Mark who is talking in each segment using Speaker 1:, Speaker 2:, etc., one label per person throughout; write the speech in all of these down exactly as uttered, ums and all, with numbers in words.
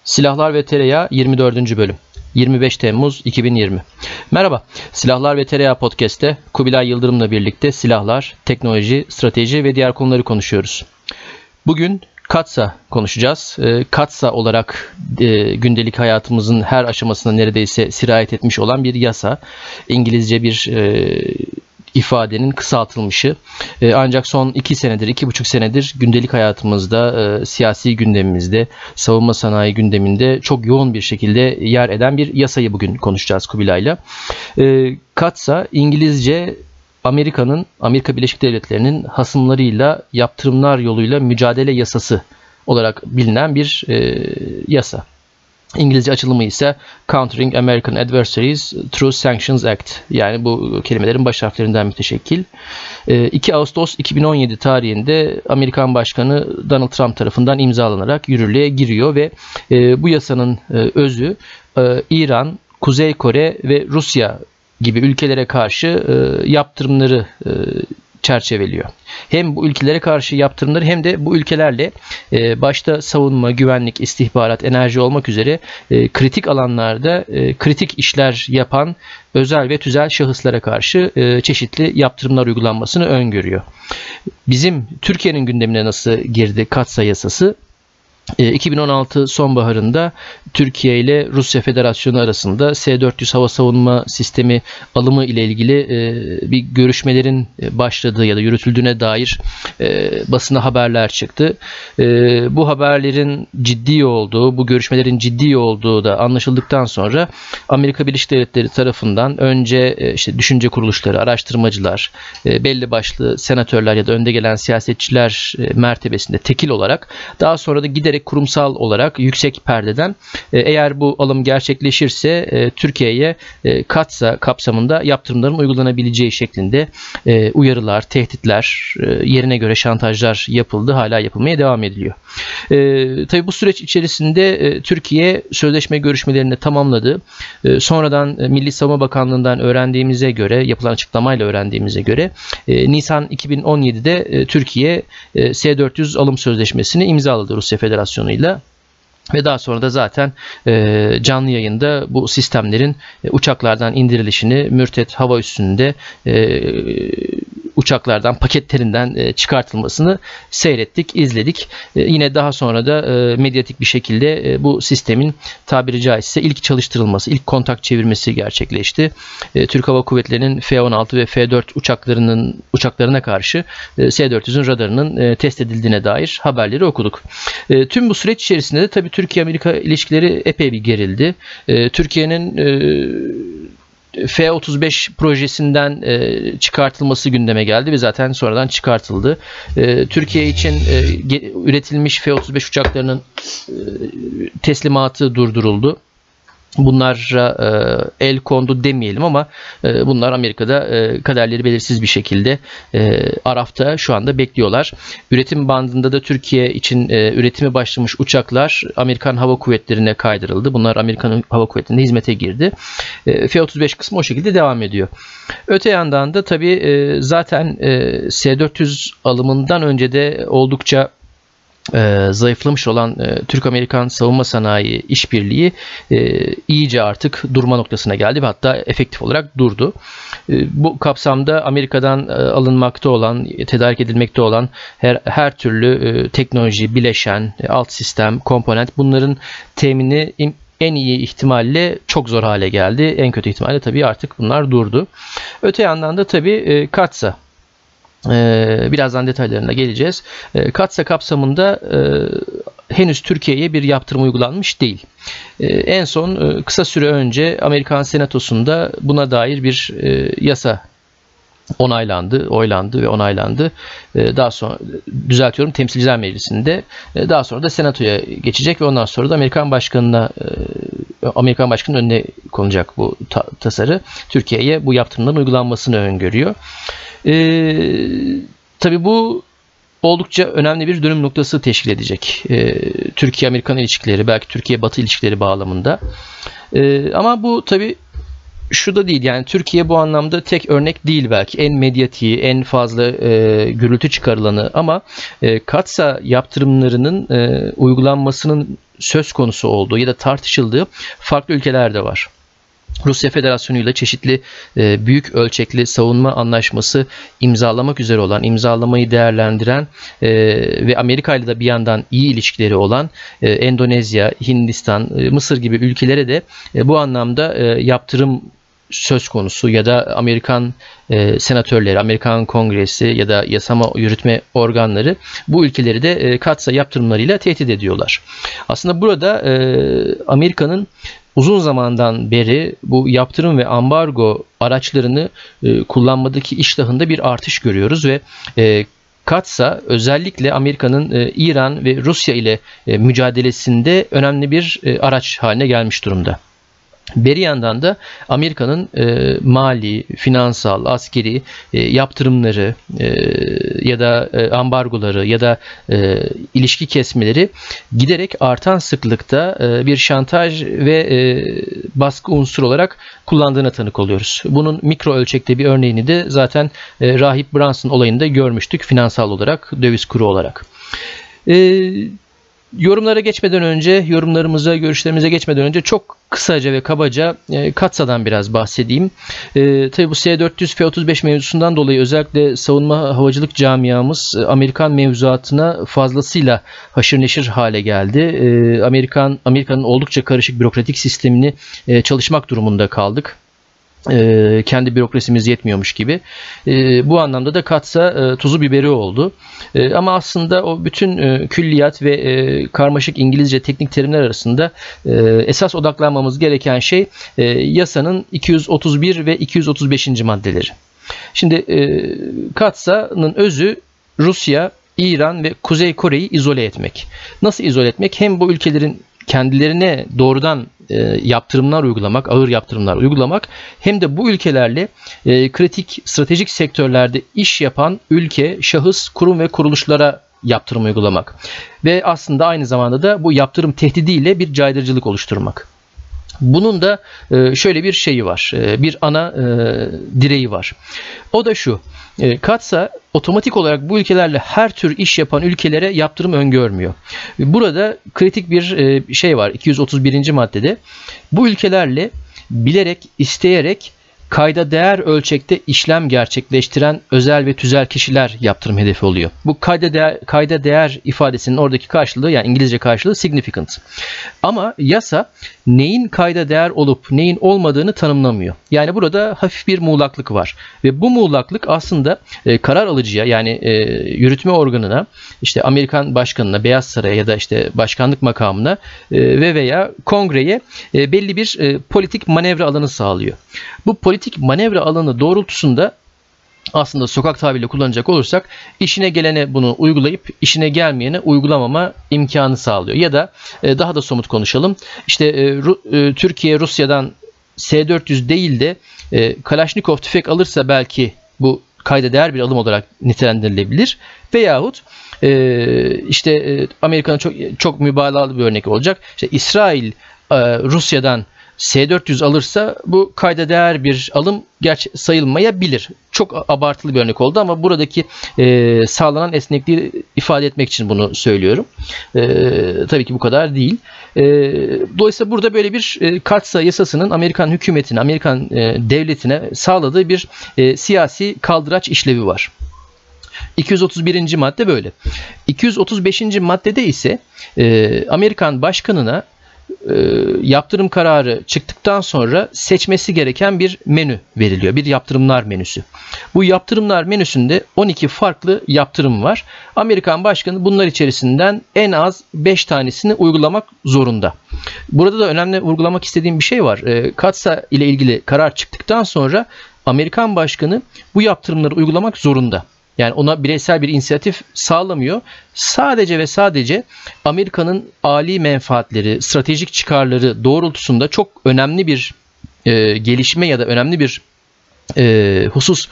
Speaker 1: Silahlar ve Tereyağı yirmi dördüncü bölüm. yirmi beş Temmuz iki bin yirmi. Merhaba. Silahlar ve Tereyağı Podcast'te Kubilay Yıldırım'la birlikte silahlar, teknoloji, strateji ve diğer konuları konuşuyoruz. Bugün Katsa konuşacağız. E, Katsa olarak e, gündelik hayatımızın her aşamasına neredeyse sirayet etmiş olan bir yasa. İngilizce bir e, ifadenin kısaltılmışı. E, ancak son iki senedir, iki buçuk senedir gündelik hayatımızda, e, siyasi gündemimizde, savunma sanayi gündeminde çok yoğun bir şekilde yer eden bir yasayı bugün konuşacağız Kubilay'la. E, Katsa İngilizce Amerika'nın, Amerika Birleşik Devletleri'nin hasımlarıyla yaptırımlar yoluyla mücadele yasası olarak bilinen bir e, yasa. İngilizce açılımı ise Countering American Adversaries Through Sanctions Act. Yani bu kelimelerin baş harflerinden müteşekkil. iki Ağustos iki bin on yedi tarihinde Amerikan Başkanı Donald Trump tarafından imzalanarak yürürlüğe giriyor ve bu yasanın özü İran, Kuzey Kore ve Rusya gibi ülkelere karşı yaptırımları çerçeveliyor. Hem bu ülkelere karşı yaptırımları hem de bu ülkelerle e, başta savunma, güvenlik, istihbarat, enerji olmak üzere e, kritik alanlarda e, kritik işler yapan özel ve tüzel şahıslara karşı e, çeşitli yaptırımlar uygulanmasını öngörüyor. Bizim Türkiye'nin gündemine nasıl girdi Katsa yasası? iki bin on altı sonbaharında Türkiye ile Rusya Federasyonu arasında S dört yüz hava savunma sistemi alımı ile ilgili bir görüşmelerin başladığı ya da yürütüldüğüne dair basına haberler çıktı. Bu haberlerin ciddi olduğu, bu görüşmelerin ciddi olduğu da anlaşıldıktan sonra Amerika Birleşik Devletleri tarafından önce işte düşünce kuruluşları, araştırmacılar, belli başlı senatörler ya da önde gelen siyasetçiler mertebesinde tekil olarak daha sonra da giderek kurumsal olarak yüksek perdeden eğer bu alım gerçekleşirse Türkiye'ye Katsa kapsamında yaptırımların uygulanabileceği şeklinde uyarılar, tehditler, yerine göre şantajlar yapıldı. Hala yapılmaya devam ediliyor. Tabii bu süreç içerisinde Türkiye sözleşme görüşmelerini tamamladı. Sonradan Milli Savunma Bakanlığı'ndan öğrendiğimize göre, yapılan açıklamayla öğrendiğimize göre Nisan iki bin on yedide Türkiye S dört yüz alım sözleşmesini imzaladı Rusya Federasyonu ile ve daha sonra da zaten e, canlı yayında bu sistemlerin e, uçaklardan indirilişini Mürtet hava üssünde e, uçaklardan, paketlerinden e, çıkartılmasını seyrettik, izledik. E, yine daha sonra da e, medyatik bir şekilde e, bu sistemin tabiri caizse ilk çalıştırılması, ilk kontak çevirmesi gerçekleşti. E, Türk Hava Kuvvetleri'nin F on altı ve F dört uçaklarının uçaklarına karşı e, S dört yüzün radarının e, test edildiğine dair haberleri okuduk. E, tüm bu süreç içerisinde de tabii Türkiye-Amerika ilişkileri epey bir gerildi. E, Türkiye'nin e, F otuz beş projesinden e, çıkartılması gündeme geldi ve zaten sonradan çıkartıldı. E, Türkiye için e, ge, üretilmiş F otuz beş uçaklarının e, teslimatı durduruldu. Bunlara e, el kondu demeyelim ama e, bunlar Amerika'da e, kaderleri belirsiz bir şekilde e, Araf'ta şu anda bekliyorlar. Üretim bandında da Türkiye için e, üretime başlamış uçaklar Amerikan Hava Kuvvetleri'ne kaydırıldı. Bunlar Amerikan Hava Kuvvetleri'ne hizmete girdi. E, F otuz beş kısmı o şekilde devam ediyor. Öte yandan da tabii e, zaten e, S dört yüz alımından önce de oldukça Ee, zayıflamış olan e, Türk-Amerikan savunma sanayi işbirliği e, iyice artık durma noktasına geldi ve hatta efektif olarak durdu. E, bu kapsamda Amerika'dan e, alınmakta olan, tedarik edilmekte olan her, her türlü e, teknoloji, bileşen, e, alt sistem, komponent bunların temini im, en iyi ihtimalle çok zor hale geldi. En kötü ihtimalle tabii artık bunlar durdu. Öte yandan da tabii e, Katsa. Ee, birazdan detaylarına geleceğiz. Ee, Katsa kapsamında e, henüz Türkiye'ye bir yaptırım uygulanmış değil. Ee, en son e, kısa süre önce Amerikan Senatosu'nda buna dair bir e, yasa onaylandı, oylandı ve onaylandı. Ee, daha sonra düzeltiyorum Temsilciler Meclisi'nde. Ee, daha sonra da Senato'ya geçecek ve ondan sonra da Amerikan Başkanı'na e, Amerikan Başkanı'nın önüne konacak bu ta- tasarı. Türkiye'ye bu yaptırımların uygulanmasını öngörüyor. Ee, tabii bu oldukça önemli bir dönüm noktası teşkil edecek. Ee, Türkiye-Amerikan ilişkileri, belki Türkiye-Batı ilişkileri bağlamında. Ee, ama bu tabii şu da değil, yani Türkiye bu anlamda tek örnek değil, belki en medyatiği, en fazla e, gürültü çıkarılanı, ama e, Katsa yaptırımlarının e, uygulanmasının söz konusu olduğu ya da tartışıldığı farklı ülkeler de var. Rusya Federasyonu ile çeşitli e, büyük ölçekli savunma anlaşması imzalamak üzere olan, imzalamayı değerlendiren e, ve Amerika ile de bir yandan iyi ilişkileri olan e, Endonezya, Hindistan, e, Mısır gibi ülkelere de e, bu anlamda e, yaptırım söz konusu ya da Amerikan e, senatörleri, Amerikan Kongresi ya da yasama yürütme organları bu ülkeleri de e, Katsa yaptırımlarıyla tehdit ediyorlar. Aslında burada e, Amerika'nın uzun zamandan beri bu yaptırım ve ambargo araçlarını e, kullanmadaki iştahında bir artış görüyoruz ve e, Katsa özellikle Amerika'nın e, İran ve Rusya ile e, mücadelesinde önemli bir e, araç haline gelmiş durumda. Bir yandan da Amerika'nın e, mali, finansal, askeri e, yaptırımları e, ya da e, ambargoları ya da e, ilişki kesmeleri giderek artan sıklıkta e, bir şantaj ve e, baskı unsuru olarak kullandığına tanık oluyoruz. Bunun mikro ölçekte bir örneğini de zaten e, Rahip Brunson olayında görmüştük, finansal olarak, döviz kuru olarak. E, Yorumlara geçmeden önce, yorumlarımıza, görüşlerimize geçmeden önce çok kısaca ve kabaca e, Katsa'dan biraz bahsedeyim. E, tabii bu S dört yüz F otuz beş mevzusundan dolayı özellikle savunma havacılık camiamız e, Amerikan mevzuatına fazlasıyla haşır neşir hale geldi. E, Amerikan Amerika'nın oldukça karışık bürokratik sistemini e, çalışmak durumunda kaldık. E, kendi bürokrasimiz yetmiyormuş gibi. E, bu anlamda da Katsa e, tuzu biberi oldu. E, ama aslında o bütün e, külliyat ve e, karmaşık İngilizce teknik terimler arasında e, esas odaklanmamız gereken şey e, yasanın iki yüz otuz bir ve iki yüz otuz beşinci maddeleri. Şimdi e, Katsa'nın özü Rusya, İran ve Kuzey Kore'yi izole etmek. Nasıl izole etmek? Hem bu ülkelerin kendilerine doğrudan e, yaptırımlar uygulamak, ağır yaptırımlar uygulamak, hem de bu ülkelerle e, kritik stratejik sektörlerde iş yapan ülke, şahıs, kurum ve kuruluşlara yaptırım uygulamak. Ve aslında aynı zamanda da bu yaptırım tehdidiyle bir caydırıcılık oluşturmak. Bunun da e, şöyle bir şeyi var, e, bir ana e, direği var. O da şu, e, Katsa otomatik olarak bu ülkelerle her tür iş yapan ülkelere yaptırım öngörmüyor. Burada kritik bir e, şey var iki yüz otuz birinci maddede. Bu ülkelerle bilerek, isteyerek kayda değer ölçekte işlem gerçekleştiren özel ve tüzel kişiler yaptırım hedefi oluyor. Bu kayda değer, kayda değer ifadesinin oradaki karşılığı, yani İngilizce karşılığı significant. Ama yasa neyin kayda değer olup neyin olmadığını tanımlamıyor. Yani burada hafif bir muğlaklık var. Ve bu muğlaklık aslında e, karar alıcıya, yani e, yürütme organına, işte Amerikan başkanına, Beyaz Saray'a ya da işte başkanlık makamına e, ve veya kongreye e, belli bir e, politik manevra alanı sağlıyor. Bu politik manevra alanı doğrultusunda aslında sokak tabiriyle kullanacak olursak işine gelene bunu uygulayıp işine gelmeyene uygulamama imkanı sağlıyor. Ya da e, daha da somut konuşalım. İşte e, Ru- e, Türkiye Rusya'dan S dört yüz değil de e, Kalashnikov tüfek alırsa belki bu kayda değer bir alım olarak nitelendirilebilir. Veyahut e, işte e, Amerika'nın çok çok mübalağalı bir örnek olacak. İşte İsrail e, Rusya'dan S dört yüz alırsa bu kayda değer bir alım gerçi sayılmayabilir. Çok abartılı bir örnek oldu ama buradaki e, sağlanan esnekliği ifade etmek için bunu söylüyorum. E, tabii ki bu kadar değil. E, dolayısıyla burada böyle bir e, Katsa yasasının Amerikan hükümetine, Amerikan e, devletine sağladığı bir e, siyasi kaldıraç işlevi var. iki yüz otuz birinci madde böyle. iki yüz otuz beşinci maddede ise e, Amerikan başkanına E, yaptırım kararı çıktıktan sonra seçmesi gereken bir menü veriliyor. Bir yaptırımlar menüsü. Bu yaptırımlar menüsünde on iki farklı yaptırım var. Amerikan başkanı bunlar içerisinden en az beş tanesini uygulamak zorunda. Burada da önemli vurgulamak istediğim bir şey var. E, Katsa ile ilgili karar çıktıktan sonra Amerikan başkanı bu yaptırımları uygulamak zorunda. Yani ona bireysel bir inisiyatif sağlamıyor. Sadece ve sadece Amerika'nın âli menfaatleri, stratejik çıkarları doğrultusunda çok önemli bir e, gelişme ya da önemli bir e, husus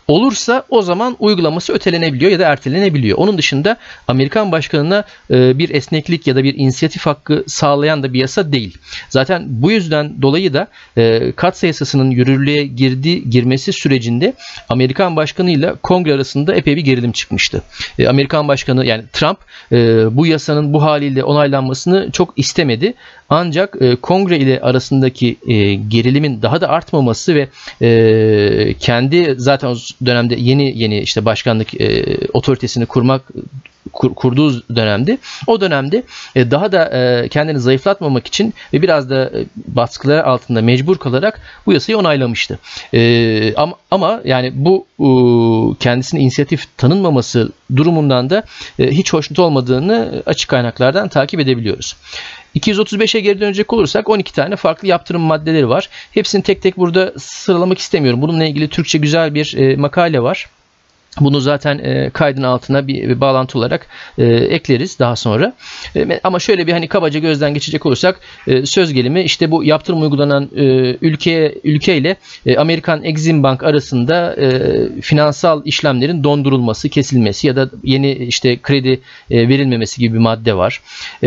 Speaker 1: olursa o zaman uygulaması ötelenebiliyor ya da ertelenebiliyor. Onun dışında Amerikan başkanına e, bir esneklik ya da bir inisiyatif hakkı sağlayan da bir yasa değil. Zaten bu yüzden dolayı da e, katsa yasasının yürürlüğe girdi girmesi sürecinde Amerikan başkanı ile kongre arasında epey bir gerilim çıkmıştı. E, Amerikan başkanı yani Trump e, bu yasanın bu haliyle onaylanmasını çok istemedi. Ancak e, kongre ile arasındaki e, gerilimin daha da artmaması ve e, kendi zaten o dönemde yeni yeni işte başkanlık e, otoritesini kurmak kur, kurduğu dönemde o dönemde e, daha da e, kendini zayıflatmamak için ve biraz da e, baskılar altında mecbur kalarak bu yasayı onaylamıştı. E, ama, ama yani bu e, kendisine inisiyatif tanınmaması durumundan da e, hiç hoşnut olmadığını açık kaynaklardan takip edebiliyoruz. iki yüz otuz beşe geri dönecek olursak on iki tane farklı yaptırım maddeleri var. Hepsini tek tek burada sıralamak istemiyorum. Bununla ilgili Türkçe güzel bir e, makale var. Bunu zaten e, kaydın altına bir, bir bağlantı olarak e, ekleriz daha sonra. E, ama şöyle bir hani kabaca gözden geçecek olursak e, söz gelimi işte bu yaptırım uygulanan e, ülkeye ülkeyle e, Amerikan Exim Bank arasında e, finansal işlemlerin dondurulması, kesilmesi ya da yeni işte kredi e, verilmemesi gibi bir madde var. E,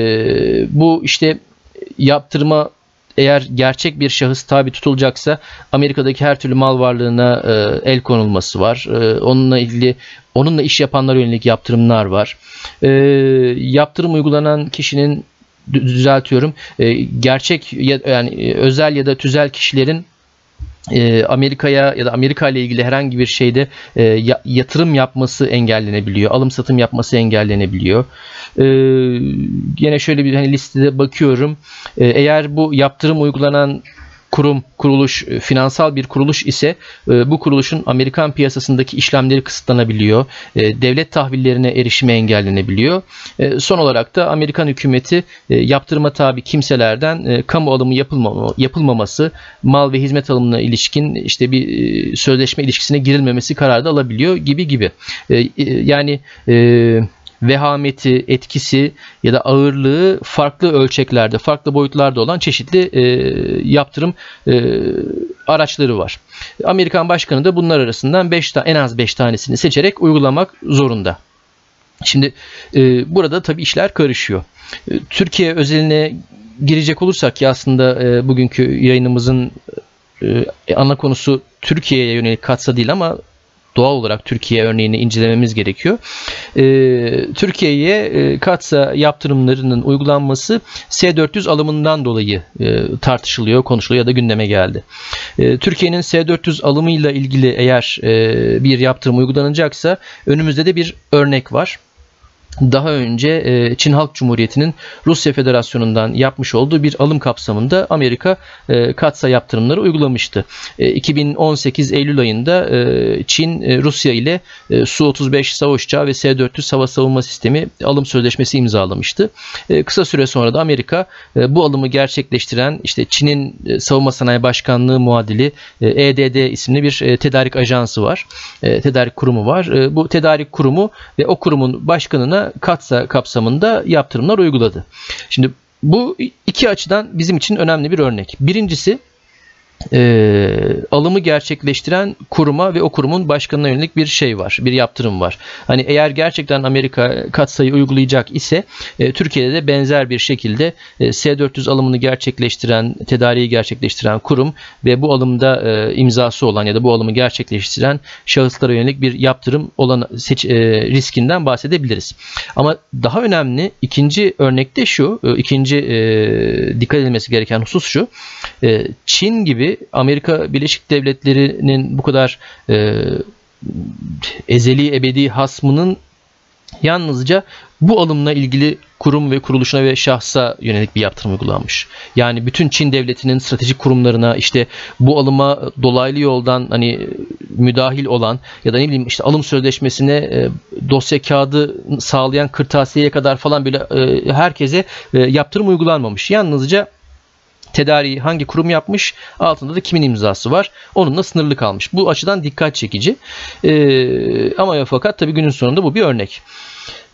Speaker 1: bu işte yaptırıma eğer gerçek bir şahıs tabi tutulacaksa Amerika'daki her türlü mal varlığına e, el konulması var. E, onunla ilgili onunla iş yapanlara yönelik yaptırımlar var. E, yaptırım uygulanan kişinin düzeltiyorum. E, gerçek ya, yani özel ya da tüzel kişilerin Amerika'ya ya da Amerika ile ilgili herhangi bir şeyde e, yatırım yapması engellenebiliyor. Alım satım yapması engellenebiliyor. E, yine şöyle bir hani listede bakıyorum. E, eğer bu yaptırım uygulanan kurum, kuruluş, finansal bir kuruluş ise bu kuruluşun Amerikan piyasasındaki işlemleri kısıtlanabiliyor. Devlet tahvillerine erişime engellenebiliyor. Son olarak da Amerikan hükümeti yaptırıma tabi kimselerden kamu alımı yapılmama, yapılmaması, mal ve hizmet alımına ilişkin işte bir sözleşme ilişkisine girilmemesi kararı da alabiliyor gibi gibi. Yani vehameti, etkisi ya da ağırlığı farklı ölçeklerde, farklı boyutlarda olan çeşitli e, yaptırım e, araçları var. Amerikan başkanı da bunlar arasından beş ta- en az beş tanesini seçerek uygulamak zorunda. Şimdi e, burada tabii işler karışıyor. E, Türkiye özeline girecek olursak ki aslında e, bugünkü yayınımızın e, ana konusu Türkiye'ye yönelik katsa değil ama doğal olarak Türkiye örneğini incelememiz gerekiyor. Ee, Türkiye'ye e, katsa yaptırımlarının uygulanması S dört yüz alımından dolayı e, tartışılıyor, konuşuluyor ya da gündeme geldi. E, Türkiye'nin S dört yüz alımıyla ilgili eğer e, bir yaptırım uygulanacaksa önümüzde de bir örnek var. Daha önce Çin Halk Cumhuriyeti'nin Rusya Federasyonu'ndan yapmış olduğu bir alım kapsamında Amerika katsa yaptırımları uygulamıştı. iki bin on sekiz Eylül ayında Çin Rusya ile Su otuz beş savaş uçağı ve S dört yüz hava savunma sistemi alım sözleşmesi imzalamıştı. Kısa süre sonra da Amerika bu alımı gerçekleştiren işte Çin'in Savunma Sanayi Başkanlığı muadili E D D isimli bir tedarik ajansı var. Tedarik kurumu var. Bu tedarik kurumu ve o kurumun başkanına katsa kapsamında yaptırımlar uyguladı. Şimdi bu iki açıdan bizim için önemli bir örnek. Birincisi e, alımı gerçekleştiren kuruma ve o kurumun başkanına yönelik bir şey var, bir yaptırım var. Hani eğer gerçekten Amerika katsayı uygulayacak ise e, Türkiye'de de benzer bir şekilde e, S dört yüz alımını gerçekleştiren, tedariği gerçekleştiren kurum ve bu alımda e, imzası olan ya da bu alımı gerçekleştiren şahıslara yönelik bir yaptırım olan seç, e, riskinden bahsedebiliriz. Ama daha önemli ikinci örnekte şu, e, ikinci e, dikkat edilmesi gereken husus şu, e, Çin gibi Amerika Birleşik Devletleri'nin bu kadar e, ezeli ebedi hasmının yalnızca bu alımla ilgili kurum ve kuruluşuna ve şahsa yönelik bir yaptırım uygulanmış. Yani bütün Çin devletinin stratejik kurumlarına işte bu alıma dolaylı yoldan hani müdahil olan ya da ne bileyim işte alım sözleşmesine e, dosya kağıdı sağlayan kırtasiyeye kadar falan böyle e, herkese e, yaptırım uygulanmamış. Yalnızca tedariği hangi kurum yapmış, altında da kimin imzası var, onunla sınırlı kalmış. Bu açıdan dikkat çekici. Ee, ama ya fakat tabii günün sonunda bu bir örnek.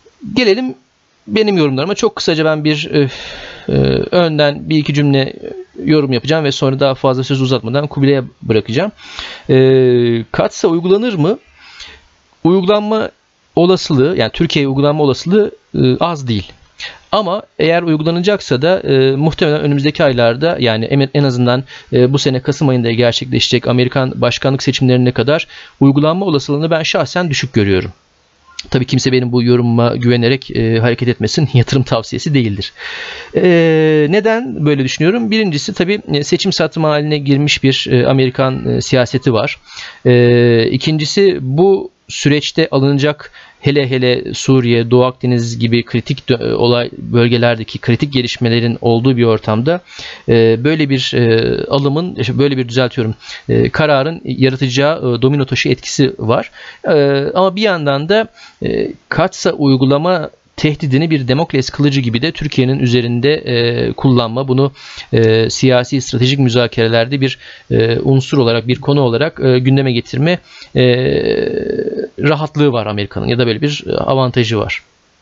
Speaker 1: Gelelim benim yorumlarıma. Çok kısaca ben bir e, e, önden bir iki cümle yorum yapacağım ve sonra daha fazla söz uzatmadan Kubilay'a bırakacağım. E, Katsa uygulanır mı? Uygulanma olasılığı, yani Türkiye'ye uygulanma olasılığı e, az değil. Ama eğer uygulanacaksa da e, muhtemelen önümüzdeki aylarda, yani en azından e, bu sene Kasım ayında gerçekleşecek Amerikan başkanlık seçimlerine kadar uygulanma olasılığını ben şahsen düşük görüyorum. Tabii kimse benim bu yorumuma güvenerek e, hareket etmesin. Yatırım tavsiyesi değildir. E, neden böyle düşünüyorum? Birincisi tabii seçim satımı haline girmiş bir e, Amerikan e, siyaseti var. E, ikincisi bu süreçte alınacak, hele hele Suriye, Doğu Akdeniz gibi kritik olay bölgelerdeki kritik gelişmelerin olduğu bir ortamda e, böyle bir e, alımın, böyle bir düzeltiyorum, e, kararın yaratacağı e, domino taşı etkisi var. E, ama bir yandan da e, Katsa uygulama tehdidini bir Damokles kılıcı gibi de Türkiye'nin üzerinde e, kullanma, bunu e, siyasi stratejik müzakerelerde bir e, unsur olarak, bir konu olarak e, gündeme getirme e, rahatlığı var Amerika'nın, ya da böyle bir avantajı var.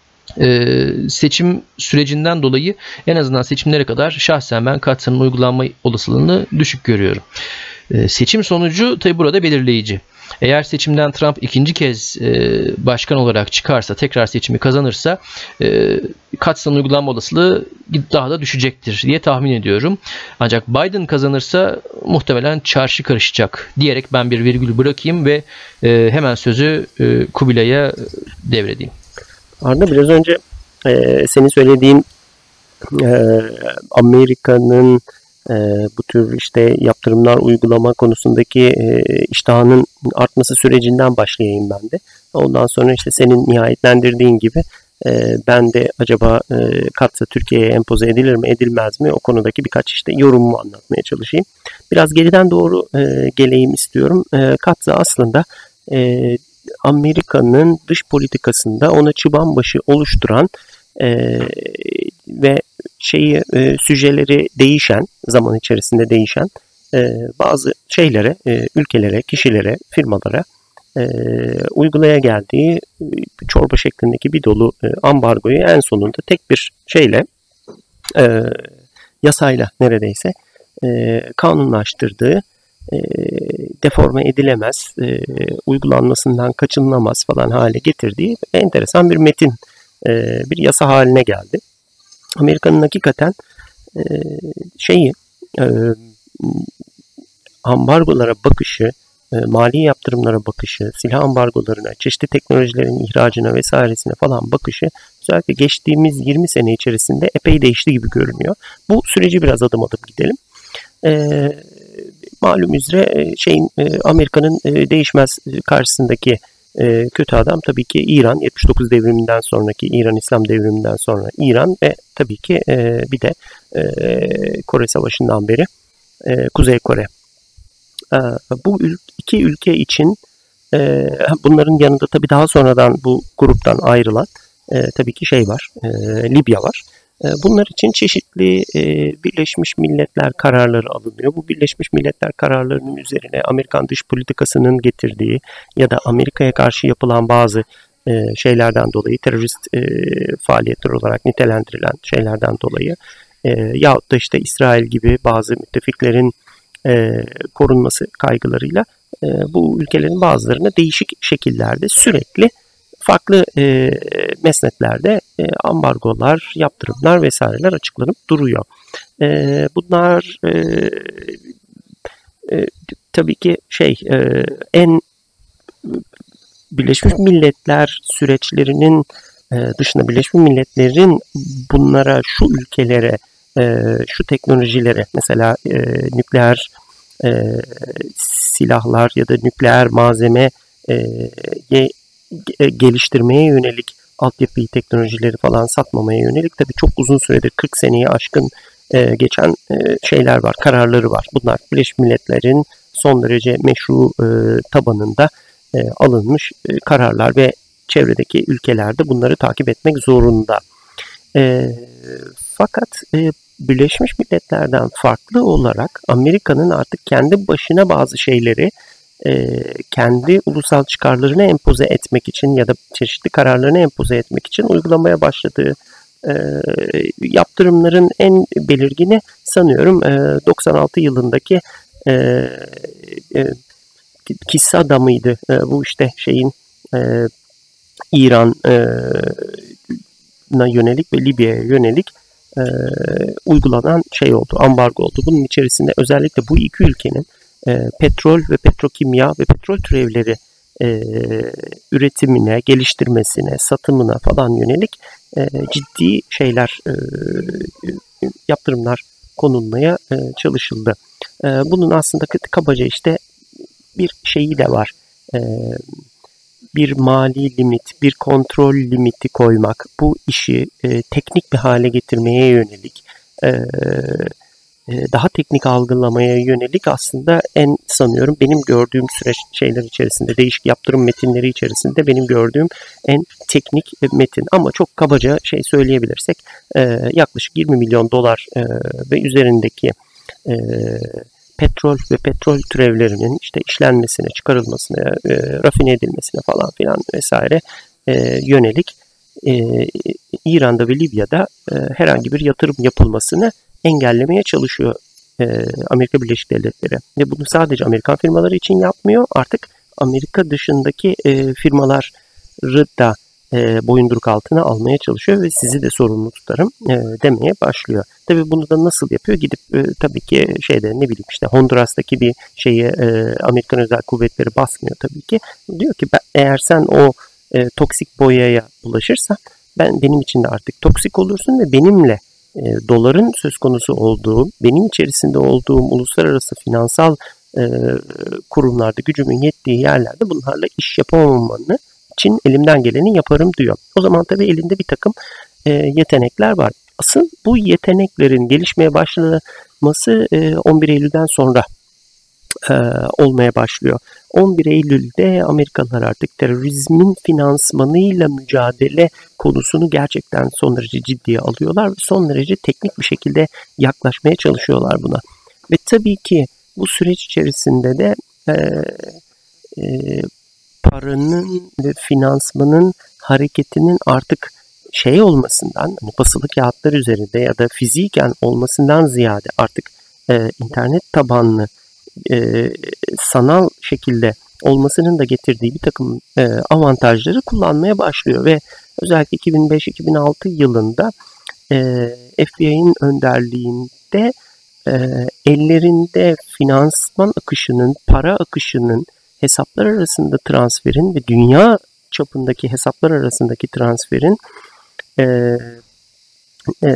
Speaker 1: Ee, seçim sürecinden dolayı en azından seçimlere kadar şahsen ben Katsa'nın uygulanma olasılığını düşük görüyorum. Ee, seçim sonucu tabi burada belirleyici. Eğer seçimden Trump ikinci kez e, başkan olarak çıkarsa, tekrar seçimi kazanırsa e, Katsa'nın uygulanma olasılığı daha da düşecektir diye tahmin ediyorum. Ancak Biden kazanırsa muhtemelen çarşı karışacak diyerek ben bir virgül bırakayım ve e, hemen sözü e, Kubilay'a devredeyim.
Speaker 2: Arda, biraz önce e, senin söylediğin e, Amerika'nın e, bu tür işte yaptırımlar uygulama konusundaki e, iştahının artması sürecinden başlayayım ben de. Ondan sonra işte senin nihayetlendirdiğin gibi e, ben de acaba e, Katsa Türkiye'ye empoze edilir mi edilmez mi, o konudaki birkaç işte yorumumu anlatmaya çalışayım. Biraz geriden doğru e, geleyim istiyorum. E, Katsa aslında e, Amerika'nın dış politikasında ona çıban başı oluşturan e, ve şeyi e, süjeleri değişen, zaman içerisinde değişen e, bazı şeylere, e, ülkelere, kişilere, firmalara e, uygulaya geldiği e, çorba şeklindeki bir dolu e, ambargoyu en sonunda tek bir şeyle, e, yasayla neredeyse e, kanunlaştırdığı, E, deforme edilemez, e, uygulanmasından kaçınılamaz falan hale getirdiği enteresan bir metin, e, bir yasa haline geldi. Amerika'nın hakikaten e, şeyi, e, ambargolara bakışı, e, mali yaptırımlara bakışı, silah ambargolarına, çeşitli teknolojilerin ihracına vesairesine falan bakışı özellikle geçtiğimiz yirmi sene içerisinde epey değişti gibi görünüyor. Bu süreci biraz adım adım gidelim. Eee Malum üzere şeyin Amerika'nın değişmez karşısındaki kötü adam tabii ki İran. yetmiş dokuz devriminden sonraki İran, İslam devriminden sonra İran ve tabii ki bir de Kore Savaşı'ndan beri Kuzey Kore. Bu iki ülke için bunların yanında tabii daha sonradan bu gruptan ayrılan tabii ki şey var, Libya var. Bunlar için çeşitli Birleşmiş Milletler kararları alınıyor. Bu Birleşmiş Milletler kararlarının üzerine Amerikan dış politikasının getirdiği ya da Amerika'ya karşı yapılan bazı şeylerden dolayı, terörist faaliyetler olarak nitelendirilen şeylerden dolayı yahut da işte İsrail gibi bazı müttefiklerin korunması kaygılarıyla bu ülkelerin bazılarına değişik şekillerde sürekli farklı e, mesnetlerde e, ambargolar, yaptırımlar vesaireler açıklanıp duruyor. E, bunlar e, e, tabii ki şey e, en Birleşmiş Milletler süreçlerinin e, dışında Birleşmiş Milletler'in bunlara, şu ülkelere, e, şu teknolojilere, mesela e, nükleer e, silahlar ya da nükleer malzeme e, geliştirmeye yönelik altyapıyı, teknolojileri falan satmamaya yönelik tabii çok uzun süredir, kırk seneyi aşkın e, geçen e, şeyler var, kararları var. Bunlar Birleşmiş Milletler'in son derece meşru e, tabanında e, alınmış e, kararlar ve çevredeki ülkelerde bunları takip etmek zorunda. E, fakat e, Birleşmiş Milletler'den farklı olarak Amerika'nın artık kendi başına bazı şeyleri kendi ulusal çıkarlarını empoze etmek için ya da çeşitli kararlarını empoze etmek için uygulamaya başladığı E, yaptırımların en belirgini sanıyorum e, doksan altı yılındaki e, e, Kissada mıydı? E, bu işte şeyin e, İran'a yönelik ve Libya'ya yönelik e, uygulanan şey oldu, ambargo oldu. Bunun içerisinde özellikle bu iki ülkenin e, petrol ve petrokimya ve petrol türevleri e, üretimine, geliştirmesine, satımına falan yönelik e, ciddi şeyler, e, yaptırımlar konulmaya e, çalışıldı. E, bunun aslında kabaca işte bir şeyi de var. E, bir mali limit, bir kontrol limiti koymak, bu işi e, teknik bir hale getirmeye yönelik, e, e, daha teknik algılamaya yönelik aslında en sanıyorum benim gördüğüm süreç şeyler içerisinde, değişik yaptırım metinleri içerisinde benim gördüğüm en teknik metin. Ama çok kabaca şey söyleyebilirsek e, yaklaşık yirmi milyon dolar e, ve üzerindeki e, petrol ve petrol türevlerinin işte işlenmesine, çıkarılmasına, e, rafine edilmesine falan filan vesaire e, yönelik e, İran'da ve Libya'da e, herhangi bir yatırım yapılmasını engellemeye çalışıyor e, Amerika Birleşik Devletleri. Ve bunu sadece Amerikan firmaları için yapmıyor. Artık Amerika dışındaki e, firmaları da e, boyunduruk altına almaya çalışıyor ve sizi de sorumlu tutarım e, demeye başlıyor. Tabii bunu da nasıl yapıyor? Gidip e, tabii ki şeyde ne bileyim işte Honduras'taki bir şeyi e, Amerikan Özel Kuvvetleri basmıyor tabii ki. Diyor ki ben, eğer sen o e, toksik boyaya bulaşırsan ben benim için de artık toksik olursun ve benimle e, doların söz konusu olduğu, benim içerisinde olduğum uluslararası finansal e, kurumlarda gücümün yettiği yerlerde bunlarla iş yapamamanı için elimden geleni yaparım diyor. O zaman tabii elinde bir takım e, yetenekler var. Asıl bu yeteneklerin gelişmeye başlaması e, on bir Eylül'den sonra e, olmaya başlıyor. on bir Eylül'de Amerikalılar artık terörizmin finansmanıyla mücadele konusunu gerçekten son derece ciddiye alıyorlar ve son derece teknik bir şekilde yaklaşmaya çalışıyorlar buna. Ve tabii ki bu süreç içerisinde de e, e, paranın ve finansmanın hareketinin artık şey olmasından, hani basılı kağıtlar üzerinde ya da fiziken olmasından ziyade artık e, internet tabanlı e, sanal şekilde olmasının da getirdiği bir takım e, avantajları kullanmaya başlıyor ve özellikle iki bin beş iki bin altı yılında e, F B I'nin önderliğinde e, ellerinde finansman akışının, para akışının, hesaplar arasında transferin ve dünya çapındaki hesaplar arasındaki transferin e, e,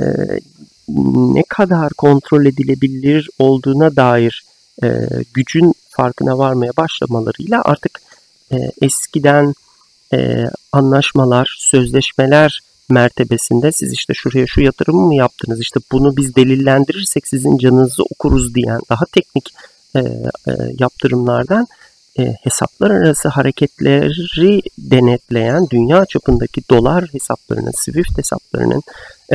Speaker 2: ne kadar kontrol edilebilir olduğuna dair e, gücün farkına varmaya başlamalarıyla artık e, eskiden e, anlaşmalar, sözleşmeler mertebesinde siz işte şuraya şu yatırımı mı yaptınız, işte bunu biz delillendirirsek sizin canınızı okuruz diyen daha teknik e, e, yaptırımlardan e, hesaplar arası hareketleri denetleyen dünya çapındaki dolar hesaplarının, Swift hesaplarının, e,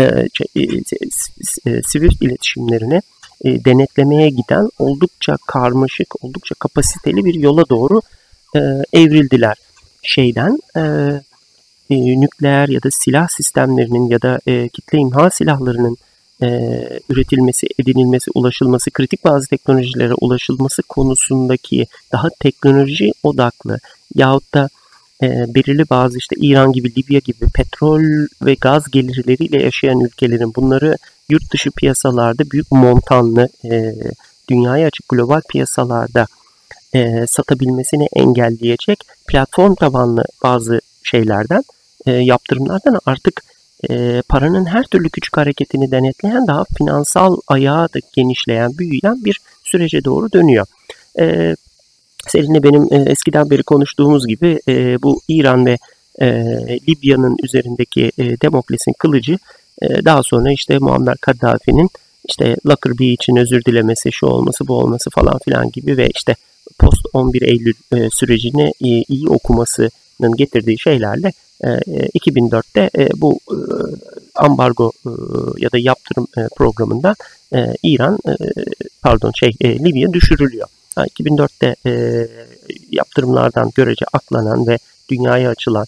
Speaker 2: e, Swift iletişimlerini e, denetlemeye giden oldukça karmaşık, oldukça kapasiteli bir yola doğru e, evrildiler. Şeyden e, e, nükleer ya da silah sistemlerinin ya da e, kitle imha silahlarının e, üretilmesi, edinilmesi, ulaşılması, kritik bazı teknolojilere ulaşılması konusundaki daha teknoloji odaklı yahut da e, belirli bazı işte İran gibi, Libya gibi petrol ve gaz gelirleriyle yaşayan ülkelerin bunları yurt dışı piyasalarda büyük montanlı e, dünyaya açık global piyasalarda e, satabilmesini engelleyecek platform tabanlı bazı şeylerden, e, yaptırımlardan artık e, paranın her türlü küçük hareketini denetleyen, daha finansal ayağı da genişleyen, büyüyen bir sürece doğru dönüyor. E, Seninle benim e, eskiden beri konuştuğumuz gibi e, bu İran ve e, Libya'nın üzerindeki e, Demokles'in kılıcı e, daha sonra işte Muammer Kaddafi'nin işte Lockerbie için özür dilemesi, şu olması, bu olması falan filan gibi ve işte post on bir Eylül e, sürecini e, iyi okumasının getirdiği şeylerle e, iki bin dörtte e, bu e, ambargo e, ya da yaptırım e, programından e, İran e, pardon şey e, Libya düşürülüyor. Ha, iki bin dörtte e, yaptırımlardan görece aklanan ve dünyaya açılan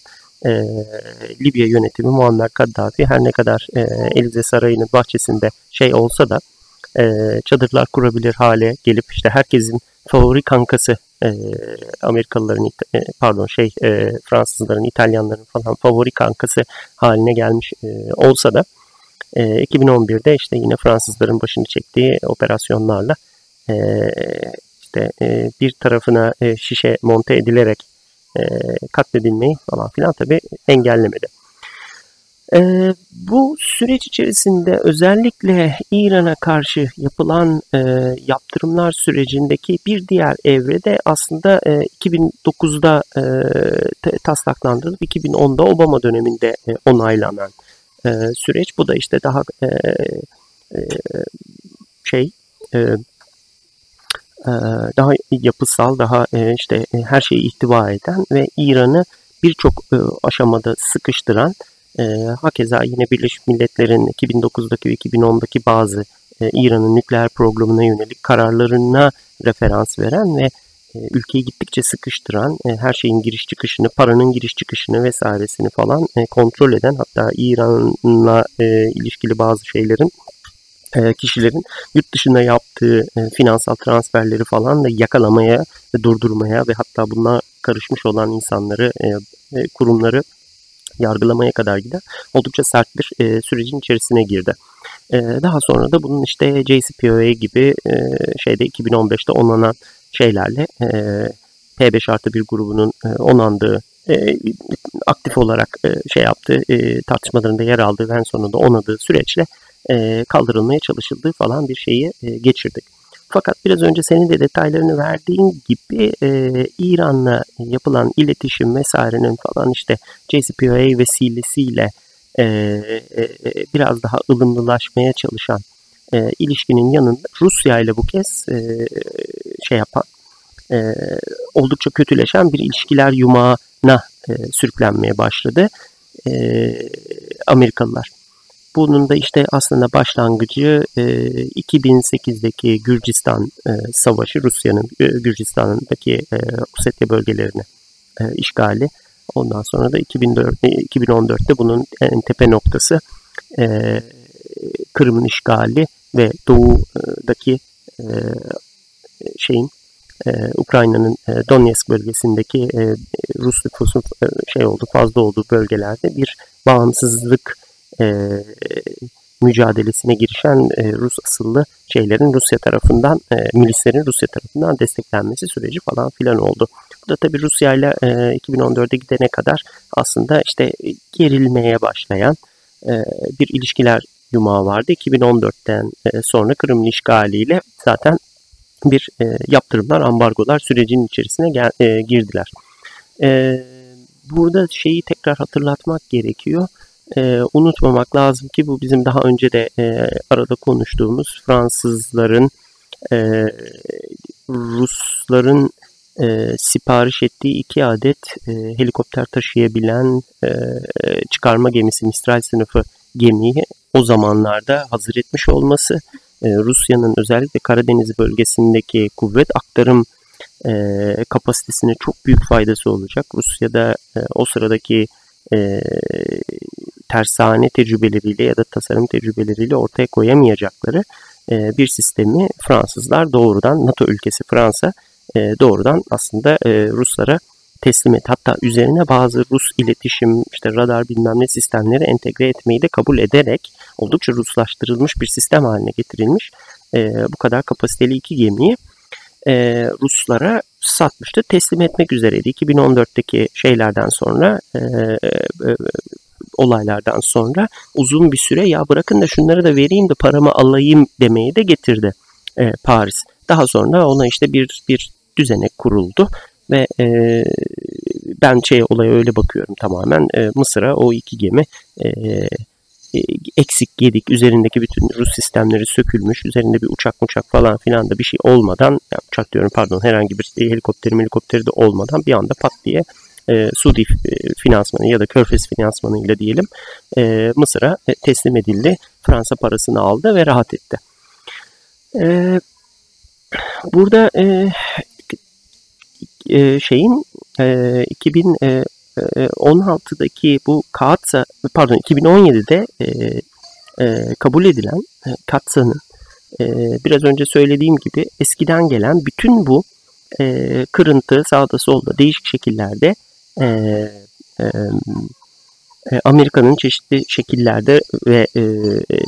Speaker 2: e, Libya yönetimi Muammer Kaddafi her ne kadar e, Elize Sarayı'nın bahçesinde şey olsa da e, çadırlar kurabilir hale gelip işte herkesin favori kankası e, Amerikalıların e, pardon şey e, Fransızların, İtalyanların falan favori kankası haline gelmiş e, olsa da e, iki bin on birde işte yine Fransızların başını çektiği operasyonlarla e, işte e, bir tarafına e, şişe monte edilerek e, katledilmeyi falan filan tabii engellemedi. E, bu süreç içerisinde özellikle İran'a karşı yapılan e, yaptırımlar sürecindeki bir diğer evre de aslında e, iki bin dokuzda e, taslaklandırılıp iki bin onda Obama döneminde e, onaylanan e, süreç. Bu da işte daha e, e, şey e, daha yapısal, daha işte her şeyi ihtiva eden ve İran'ı birçok aşamada sıkıştıran, hakeza yine Birleşmiş Milletler'in iki bin dokuzdaki ve iki bin ondaki bazı İran'ın nükleer programına yönelik kararlarına referans veren ve ülkeyi gittikçe sıkıştıran, her şeyin giriş çıkışını, paranın giriş çıkışını vesairesini falan kontrol eden, hatta İran'la ilişkili bazı şeylerin, kişilerin yurt dışında yaptığı finansal transferleri falan da yakalamaya ve durdurmaya ve hatta buna karışmış olan insanları, kurumları yargılamaya kadar giden oldukça sert bir sürecin içerisine girdi. Daha sonra da bunun işte J C P O A gibi şeyde iki bin on beşte onanan şeylerle P beş artı bir grubunun onandığı, aktif olarak şey yaptığı, tartışmalarında yer aldığı ve en sonunda onadığı süreçle kaldırılmaya çalışıldığı falan bir şeyi geçirdik. Fakat biraz önce senin de detaylarını verdiğin gibi e, İran'la yapılan iletişim vesairenin falan işte J C P O A vesilesiyle e, e, biraz daha ılımlılaşmaya çalışan e, ilişkinin yanında Rusya ile bu kez e, şey yapan e, oldukça kötüleşen bir ilişkiler yumağına e, sürüklenmeye başladı e, Amerikalılar. Bunun da işte aslında başlangıcı e, iki bin sekizdeki Gürcistan e, Savaşı, Rusya'nın e, Gürcistan'daki e, Ossetya bölgelerini e, işgali. Ondan sonra da iki bin dört, iki bin on dörtte bunun en tepe noktası e, Kırım'ın işgali ve doğudaki e, şeyin e, Ukrayna'nın e, Donetsk bölgesindeki e, Rus nüfusun e, şey oldu fazla olduğu bölgelerde bir bağımsızlık E, mücadelesine girişen e, Rus asıllı şeylerin Rusya tarafından, e, milislerin Rusya tarafından desteklenmesi süreci falan filan oldu. Bu da tabii Rusya ile e, iki bin on dörde gidene kadar aslında işte gerilmeye başlayan e, bir ilişkiler yumağı vardı. iki bin on dörtten e, sonra Kırım'ın işgaliyle zaten bir e, yaptırımlar, ambargolar sürecinin içerisine gel, e, girdiler. E, burada şeyi tekrar hatırlatmak gerekiyor. Ee, unutmamak lazım ki bu bizim daha önce de e, arada konuştuğumuz Fransızların e, Rusların e, sipariş ettiği iki adet e, helikopter taşıyabilen e, çıkarma gemisi, Mistral sınıfı gemiyi o zamanlarda hazır etmiş olması, e, Rusya'nın özellikle Karadeniz bölgesindeki kuvvet aktarım e, kapasitesine çok büyük faydası olacak. Rusya'da e, o sıradaki e, tersane tecrübeleriyle ya da tasarım tecrübeleriyle ortaya koyamayacakları e, bir sistemi Fransızlar doğrudan, NATO ülkesi Fransa e, doğrudan aslında e, Ruslara teslim et. Hatta üzerine bazı Rus iletişim, işte radar bilmem ne sistemleri entegre etmeyi de kabul ederek oldukça Ruslaştırılmış bir sistem haline getirilmiş e, bu kadar kapasiteli iki gemiyi e, Ruslara satmıştı. Teslim etmek üzereydi. iki bin on dörtteki şeylerden sonra e, e, olaylardan sonra uzun bir süre ya bırakın da şunları da vereyim de paramı alayım demeyi de getirdi e, Paris. Daha sonra ona işte bir bir düzenek kuruldu ve e, ben şey olaya öyle bakıyorum tamamen e, Mısır'a o iki gemi e, e, eksik yedik, üzerindeki bütün Rus sistemleri sökülmüş, üzerinde bir uçak uçak falan filan da bir şey olmadan, yani uçak diyorum pardon, herhangi bir helikopteri helikopteri de olmadan bir anda pat diye E, Suudi finansmanı ya da Körfez finansmanı ile diyelim e, Mısır'a teslim edildi. Fransa parasını aldı ve rahat etti. E, burada e, e, şeyin e, iki bin on altıdaki bu Kaatsa, pardon iki bin on yedide e, e, kabul edilen e, Kaatsa'nın e, biraz önce söylediğim gibi eskiden gelen bütün bu e, kırıntı sağda solda değişik şekillerde e, e, Amerika'nın çeşitli şekillerde ve e, e,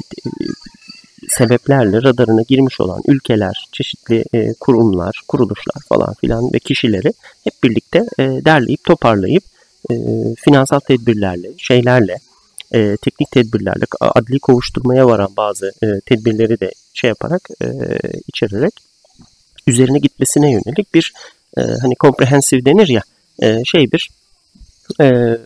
Speaker 2: sebeplerle radarına girmiş olan ülkeler, çeşitli e, kurumlar, kuruluşlar falan filan ve kişileri hep birlikte e, derleyip toparlayıp e, finansal tedbirlerle, şeylerle, e, teknik tedbirlerle, adli kovuşturmaya varan bazı e, tedbirleri de şey yaparak, e, içererek üzerine gitmesine yönelik bir e, hani comprehensive denir ya, e, şey bir e,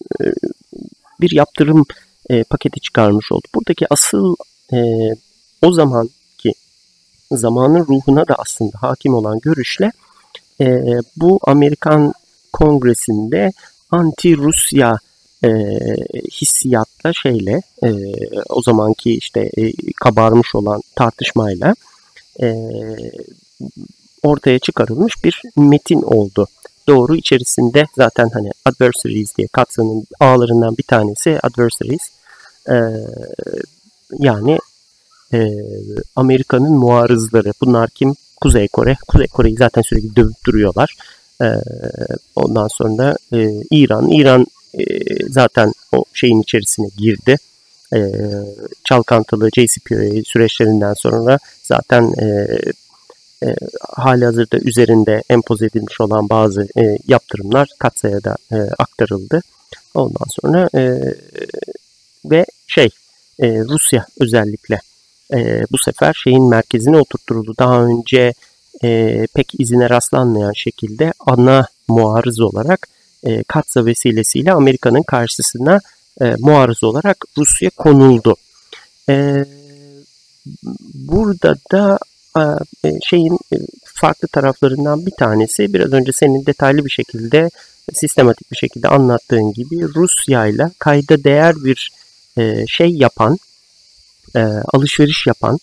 Speaker 2: bir yaptırım e, paketi çıkarmış oldu. Buradaki asıl e, o zamanki zamanın ruhuna da aslında hakim olan görüşle e, bu Amerikan Kongresi'nde anti-Rusya e, hissiyatla şeyle e, o zamanki işte e, kabarmış olan tartışmayla e, ortaya çıkarılmış bir metin oldu. Doğru, içerisinde zaten hani adversaries diye Kaatsa'nın ağlarından bir tanesi adversaries, e, yani e, Amerika'nın muarızları. Bunlar kim? Kuzey Kore. Kuzey Kore'yi zaten sürekli dövüp duruyorlar. E, ondan sonra e, İran. İran e, zaten o şeyin içerisine girdi. E, çalkantılı J C P O A süreçlerinden sonra zaten e, E, hali hazırda üzerinde empoze edilmiş olan bazı e, yaptırımlar Kaatsa'ya da e, aktarıldı. Ondan sonra e, ve şey e, Rusya özellikle e, bu sefer şeyin merkezine oturtturuldu. Daha önce e, pek izine rastlanmayan şekilde ana muarız olarak e, Kaatsa vesilesiyle Amerika'nın karşısına e, muarız olarak Rusya konuldu. E, burada da şeyin farklı taraflarından bir tanesi, biraz önce senin detaylı bir şekilde, sistematik bir şekilde anlattığın gibi Rusya ile kayda değer bir şey yapan, alışveriş yapan,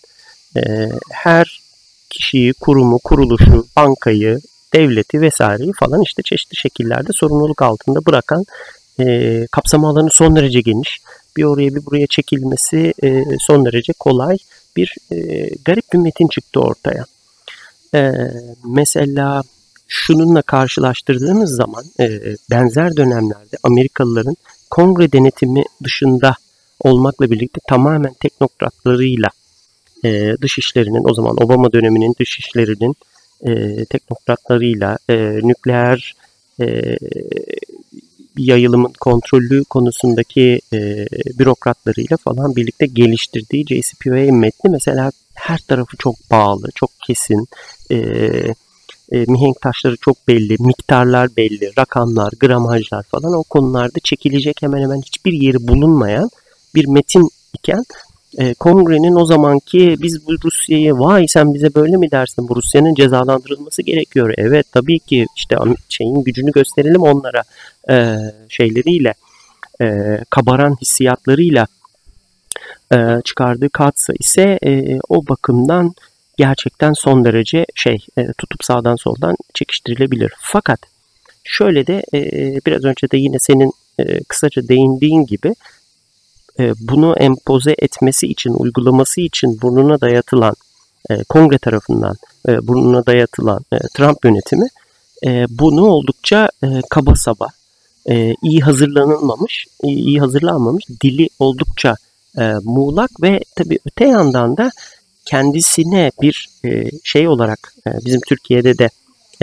Speaker 2: her kişiyi, kurumu, kuruluşu, bankayı, devleti vesaireyi falan işte çeşitli şekillerde sorumluluk altında bırakan, kapsama alanı son derece geniş, bir oraya bir buraya çekilmesi son derece kolay bir e, garip bir metin çıktı ortaya. E, mesela şununla karşılaştırdığımız zaman e, benzer dönemlerde Amerikalıların kongre denetimi dışında olmakla birlikte tamamen teknokratlarıyla e, dışişlerinin, o zaman Obama döneminin dışişlerinin e, teknokratlarıyla e, nükleer e, yayılımın kontrolü konusundaki e, bürokratlarıyla falan birlikte geliştirdiği J C P O A metni mesela her tarafı çok bağlı, çok kesin, e, e, mihenk taşları çok belli, miktarlar belli, rakamlar, gramajlar falan o konularda çekilecek hemen hemen hiçbir yeri bulunmayan bir metin iken e, kongrenin o zamanki biz bu Rusya'yı vay sen bize böyle mi dersin, bu Rusya'nın cezalandırılması gerekiyor. Evet tabii ki işte şeyin gücünü gösterelim onlara e, şeyleriyle e, kabaran hissiyatlarıyla e, çıkardığı Kaatsa ise e, o bakımdan gerçekten son derece şey e, tutup sağdan soldan çekiştirilebilir. Fakat şöyle de e, biraz önce de yine senin e, kısaca değindiğin gibi bunu empoze etmesi için, uygulaması için burnuna dayatılan, kongre tarafından burnuna dayatılan Trump yönetimi bunu oldukça kaba saba, iyi hazırlanılmamış, iyi hazırlanmamış, dili oldukça muğlak ve tabii öte yandan da kendisine bir şey olarak bizim Türkiye'de de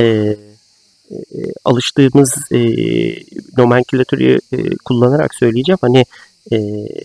Speaker 2: alıştığımız nomenklatörü kullanarak söyleyeceğim. Hani E,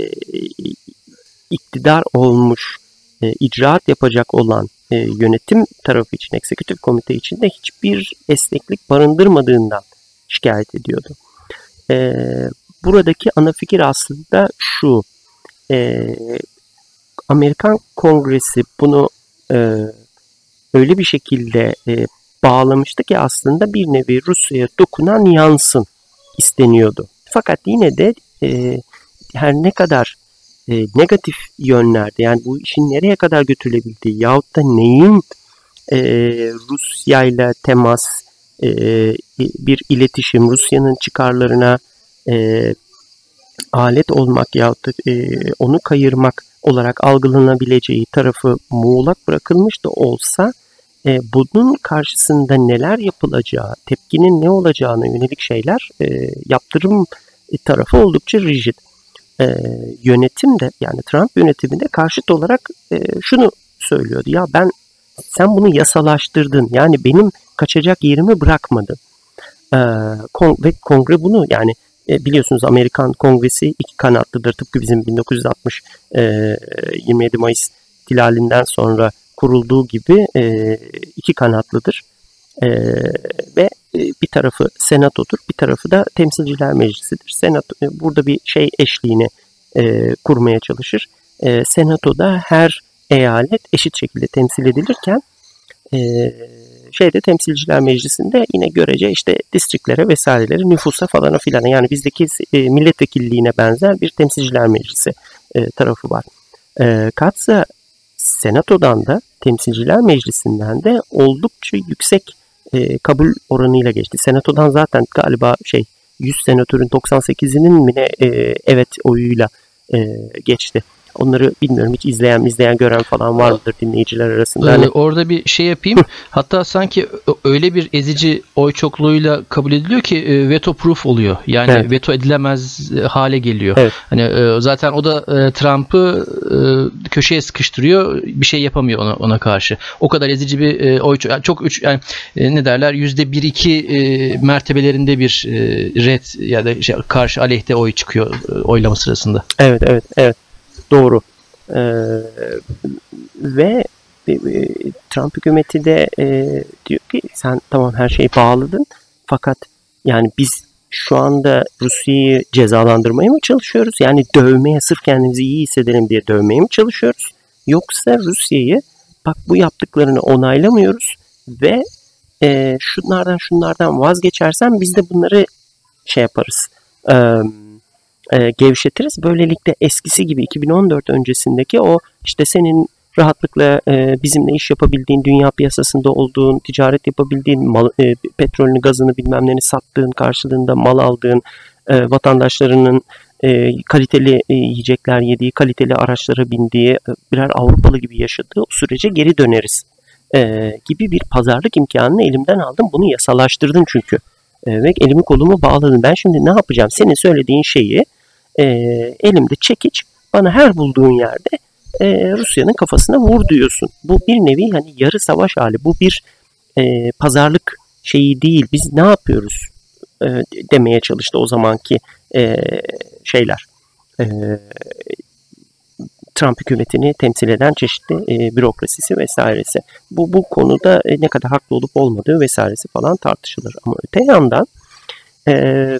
Speaker 2: iktidar olmuş, e, icraat yapacak olan e, yönetim tarafı için, eksekutif komite için de hiçbir esneklik barındırmadığından şikayet ediyordu. E, buradaki ana fikir aslında şu, e, Amerikan Kongresi bunu e, öyle bir şekilde e, bağlamıştı ki aslında bir nevi Rusya'ya dokunan yansın isteniyordu. Fakat yine de e, her ne kadar e, negatif yönlerde, yani bu işin nereye kadar götürülebildiği yahut da neyin e, Rusya ile temas, e, bir iletişim, Rusya'nın çıkarlarına e, alet olmak yahut da e, onu kayırmak olarak algılanabileceği tarafı muğlak bırakılmış da olsa e, bunun karşısında neler yapılacağı, tepkinin ne olacağına yönelik şeyler e, yaptırım tarafı oldukça rigid. E, yönetim de yani Trump yönetimi de karşıt olarak e, şunu söylüyordu. Ya ben sen bunu yasalaştırdın. Yani benim kaçacak yerimi bırakmadın. E, kon, ve kongre bunu yani e, biliyorsunuz Amerikan Kongresi iki kanatlıdır. Tıpkı bizim bin dokuz yüz altmış e, yirmi yedi Mayıs ihtilalinden sonra kurulduğu gibi e, iki kanatlıdır. E, ve e, bir tarafı senatodur, bir tarafı da temsilciler meclisidir. Senato e, burada bir şey eşliğini e, kurmaya çalışır. E, senatoda her eyalet eşit şekilde temsil edilirken e, şeyde temsilciler meclisinde yine görece işte distriklere vesairelere, nüfusa falana filana yani bizdeki e, milletvekilliğine benzer bir temsilciler meclisi e, tarafı var. E, Katsa senatodan da temsilciler meclisinden de oldukça yüksek e, kabul oranıyla geçti. Senatodan zaten galiba şey yüz senatörün doksan sekizinin mi ne e, evet oyuyla e, geçti. Onları bilmiyorum, hiç izleyen izleyen gören falan var mıdır dinleyiciler arasında?
Speaker 1: Ee,
Speaker 2: hani...
Speaker 1: Orada bir şey yapayım. Hatta sanki öyle bir ezici oy çokluğuyla kabul ediliyor ki e, veto proof oluyor. Yani
Speaker 2: Evet.
Speaker 1: veto edilemez hale geliyor.
Speaker 2: Evet.
Speaker 1: Hani e, zaten o da e, Trump'ı e, köşeye sıkıştırıyor. Bir şey yapamıyor ona ona karşı. O kadar ezici bir e, oy yani çok üç yani e, ne derler yüzde bir iki e, mertebelerinde bir e, red ya da şey, karşı aleyhte oy çıkıyor e, oylama sırasında.
Speaker 2: Evet, evet, evet. Doğru. Ee, ve e, Trump hükümeti de e, diyor ki sen tamam her şeyi bağladın fakat yani biz şu anda Rusya'yı cezalandırmaya mı çalışıyoruz? Yani dövmeye, sırf kendimizi iyi hissedelim diye dövmeye mi çalışıyoruz? Yoksa Rusya'yı bak bu yaptıklarını onaylamıyoruz ve e, şunlardan şunlardan vazgeçersen biz de bunları şey yaparız. Eee E, gevşetiriz. Böylelikle eskisi gibi iki bin on dört öncesindeki o işte senin rahatlıkla e, bizimle iş yapabildiğin, dünya piyasasında olduğun, ticaret yapabildiğin, mal, e, petrolünü, gazını bilmem neni sattığın, karşılığında mal aldığın, e, vatandaşlarının e, kaliteli e, yiyecekler yediği, kaliteli araçlara bindiği, e, birer Avrupalı gibi yaşadığı o sürece geri döneriz e, gibi bir pazarlık imkanını elimden aldım. Bunu yasalaştırdın çünkü. E, ve elimi kolumu bağladın. Ben şimdi ne yapacağım? Senin söylediğin şeyi e, elimde çekiç bana her bulduğun yerde e, Rusya'nın kafasına vur diyorsun. Bu bir nevi hani yarı savaş hali. Bu bir e, pazarlık şeyi değil. Biz ne yapıyoruz e, demeye çalıştı o zamanki e, şeyler. E, Trump hükümetini temsil eden çeşitli e, bürokrasisi vesairesi. Bu bu konuda e, ne kadar haklı olup olmadığı vesairesi falan tartışılır. Ama öte yandan e,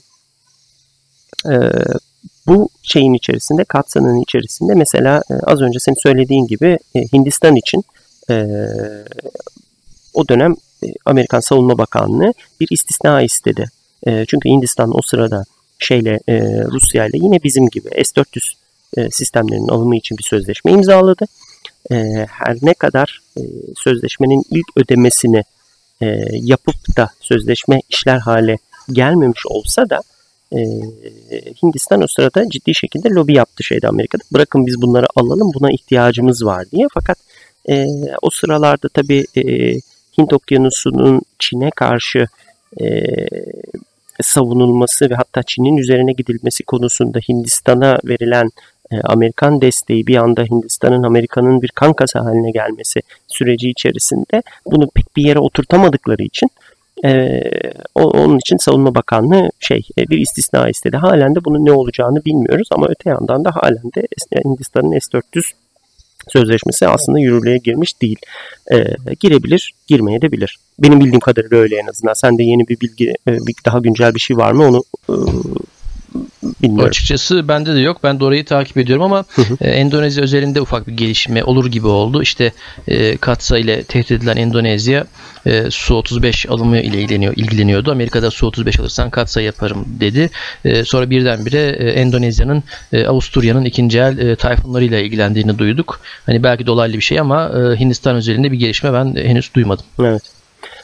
Speaker 2: e, bu şeyin içerisinde, Katsa'nın içerisinde mesela e, az önce senin söylediğin gibi e, Hindistan için e, o dönem e, Amerikan Savunma Bakanlığı bir istisna istedi. E, çünkü Hindistan o sırada şeyle e, Rusya ile yine bizim gibi S dört yüz e, sistemlerinin alımı için bir sözleşme imzaladı. E, her ne kadar e, sözleşmenin ilk ödemesini e, yapıp da sözleşme işler hale gelmemiş olsa da e, Hindistan o sırada ciddi şekilde lobi yaptı şeyde Amerika'da. Bırakın biz bunları alalım, buna ihtiyacımız var diye. Fakat e, o sıralarda tabii e, Hint Okyanusu'nun Çin'e karşı e, savunulması ve hatta Çin'in üzerine gidilmesi konusunda Hindistan'a verilen e, Amerikan desteği bir anda Hindistan'ın Amerika'nın bir kankası haline gelmesi süreci içerisinde bunu pek bir yere oturtamadıkları için e, onun için Savunma Bakanlığı şey e, bir istisna istedi. Halen de bunun ne olacağını bilmiyoruz ama öte yandan da halen de Hindistan'ın S dört yüz sözleşmesi aslında yürürlüğe girmiş değil. E, girebilir, girmeye de bilir. Benim bildiğim kadarıyla öyle en azından. Sende yeni bir bilgi, e, bir daha güncel bir şey var mı onu e, bilmiyorum.
Speaker 1: Açıkçası bende de yok. Ben de orayı takip ediyorum ama
Speaker 2: hı hı.
Speaker 1: e, Endonezya özelinde ufak bir gelişme olur gibi oldu. İşte e, Katsa ile tehdit edilen Endonezya e, Su otuz beş alımı ile ilgileniyor, ilgileniyordu. Amerika'da Su otuz beş alırsan Katsa yaparım dedi. E, sonra birdenbire e, Endonezya'nın e, Avusturya'nın ikinci el e, tayfunlarıyla ilgilendiğini duyduk. Hani belki dolaylı bir şey ama e, Hindistan özelinde bir gelişme ben henüz duymadım.
Speaker 2: Evet.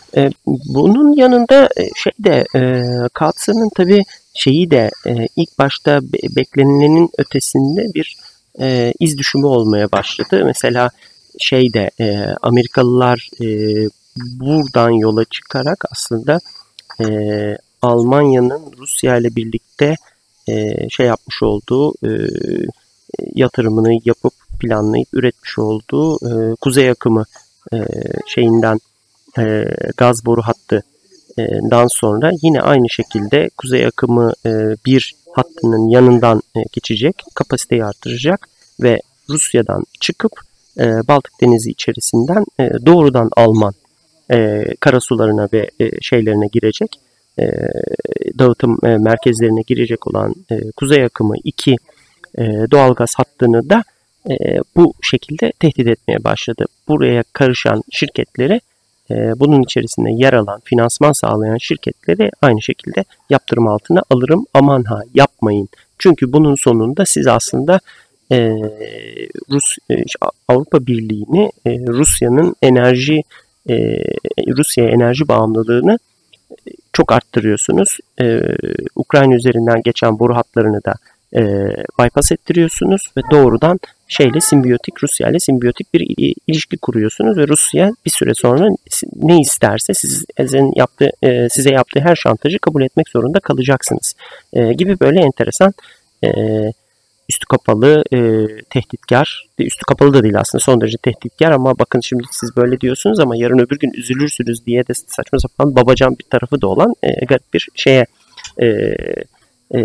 Speaker 2: E, bunun yanında e, şey de e, Katsa'nın tabii şeyi de e, ilk başta be- beklenilenin ötesinde bir e, iz düşümü olmaya başladı. Mesela şeyde e, Amerikalılar e, buradan yola çıkarak aslında e, Almanya'nın Rusya ile birlikte e, şey yapmış olduğu e, yatırımını yapıp planlayıp üretmiş olduğu e, kuzey akımı e, şeyinden e, gaz boru hattından sonra yine aynı şekilde kuzey akımı e, bir hattının yanından e, geçecek, kapasiteyi artıracak ve Rusya'dan çıkıp e, Baltık Denizi içerisinden e, doğrudan Alman e, karasularına ve e, şeylerine girecek, e, dağıtım e, merkezlerine girecek olan e, kuzey akımı iki e, doğalgaz hattını da e, bu şekilde tehdit etmeye başladı. Buraya karışan şirketleri, e, bunun içerisinde yer alan, finansman sağlayan şirketleri aynı şekilde yaptırım altına alırım. Aman ha yapmayın. Çünkü bunun sonunda siz aslında e, Rus e, Avrupa Birliği'ni, e, Rusya'nın enerji e, Rusya'ya enerji bağımlılığını çok arttırıyorsunuz. Ee, Ukrayna üzerinden geçen boru hatlarını da e, bypass ettiriyorsunuz ve doğrudan şeyle simbiyotik, Rusya ile simbiyotik bir ilişki kuruyorsunuz ve Rusya bir süre sonra ne isterse sizin yaptığı, e, size yaptığı her şantajı kabul etmek zorunda kalacaksınız. E, gibi böyle enteresan, e, üstü kapalı, e, tehditkar, üstü kapalı da değil aslında, son derece tehditkar ama bakın şimdi siz böyle diyorsunuz ama yarın öbür gün üzülürsünüz diye de saçma sapan babacan bir tarafı da olan e, garip bir şeye, e, e,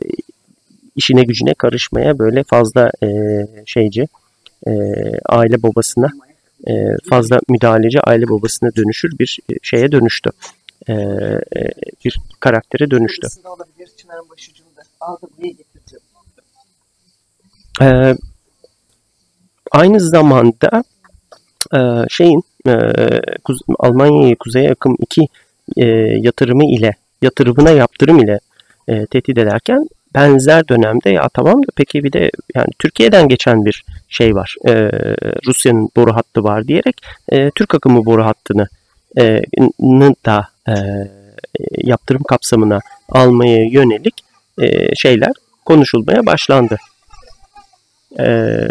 Speaker 2: işine gücüne karışmaya böyle fazla e, şeyci, e, aile babasına, e, fazla müdahaleci aile babasına dönüşür bir şeye dönüştü. E, e, bir karaktere dönüştü. Ee, aynı zamanda e, şeyin e, Kuz- Almanya'yı Kuzey Akım iki e, yatırımı ile yatırımına yaptırım ile e, tehdit ederken benzer dönemde ya tamam da peki bir de yani Türkiye'den geçen bir şey var. E, Rusya'nın boru hattı var diyerek e, Türk akımı boru hattını e, nı da e, yaptırım kapsamına almaya yönelik e, şeyler konuşulmaya başlandı. Ee,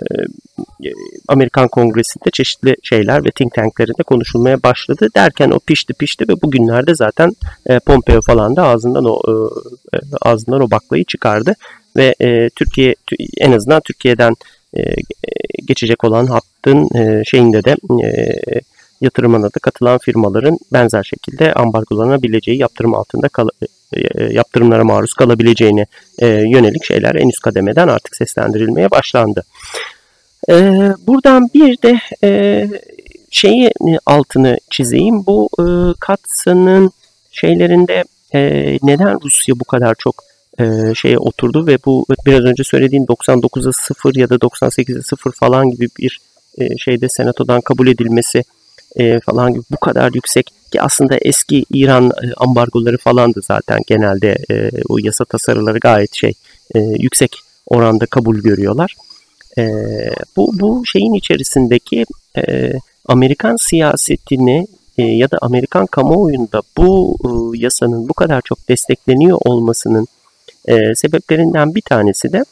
Speaker 2: Amerikan Kongresi'nde çeşitli şeyler ve think tanklerinde konuşulmaya başladı derken o pişti pişti ve bugünlerde zaten e, Pompeo falan da ağzından o e, ağzından o baklayı çıkardı ve e, Türkiye en azından Türkiye'den e, geçecek olan hattın e, şeyinde de e, yatırımına da katılan firmaların benzer şekilde ambargolanabileceği, yaptırım altında kal yaptırımlara maruz kalabileceğine e, yönelik şeyler en üst kademeden artık seslendirilmeye başlandı. E, buradan bir de e, şeyi altını çizeyim. Bu e, Katsa'nın şeylerinde e, neden Rusya bu kadar çok e, şeye oturdu ve bu biraz önce söylediğim doksan dokuza sıfır ya da doksan sekize sıfır falan gibi bir e, şeyde senatodan kabul edilmesi e, falan gibi bu kadar yüksek ki aslında eski İran ambargoları falan da zaten genelde e, o yasa tasarıları gayet şey e, yüksek oranda kabul görüyorlar. E, bu bu şeyin içerisindeki e, Amerikan siyasetini e, ya da Amerikan kamuoyunda bu e, yasanın bu kadar çok destekleniyor olmasının e, sebeplerinden bir tanesi de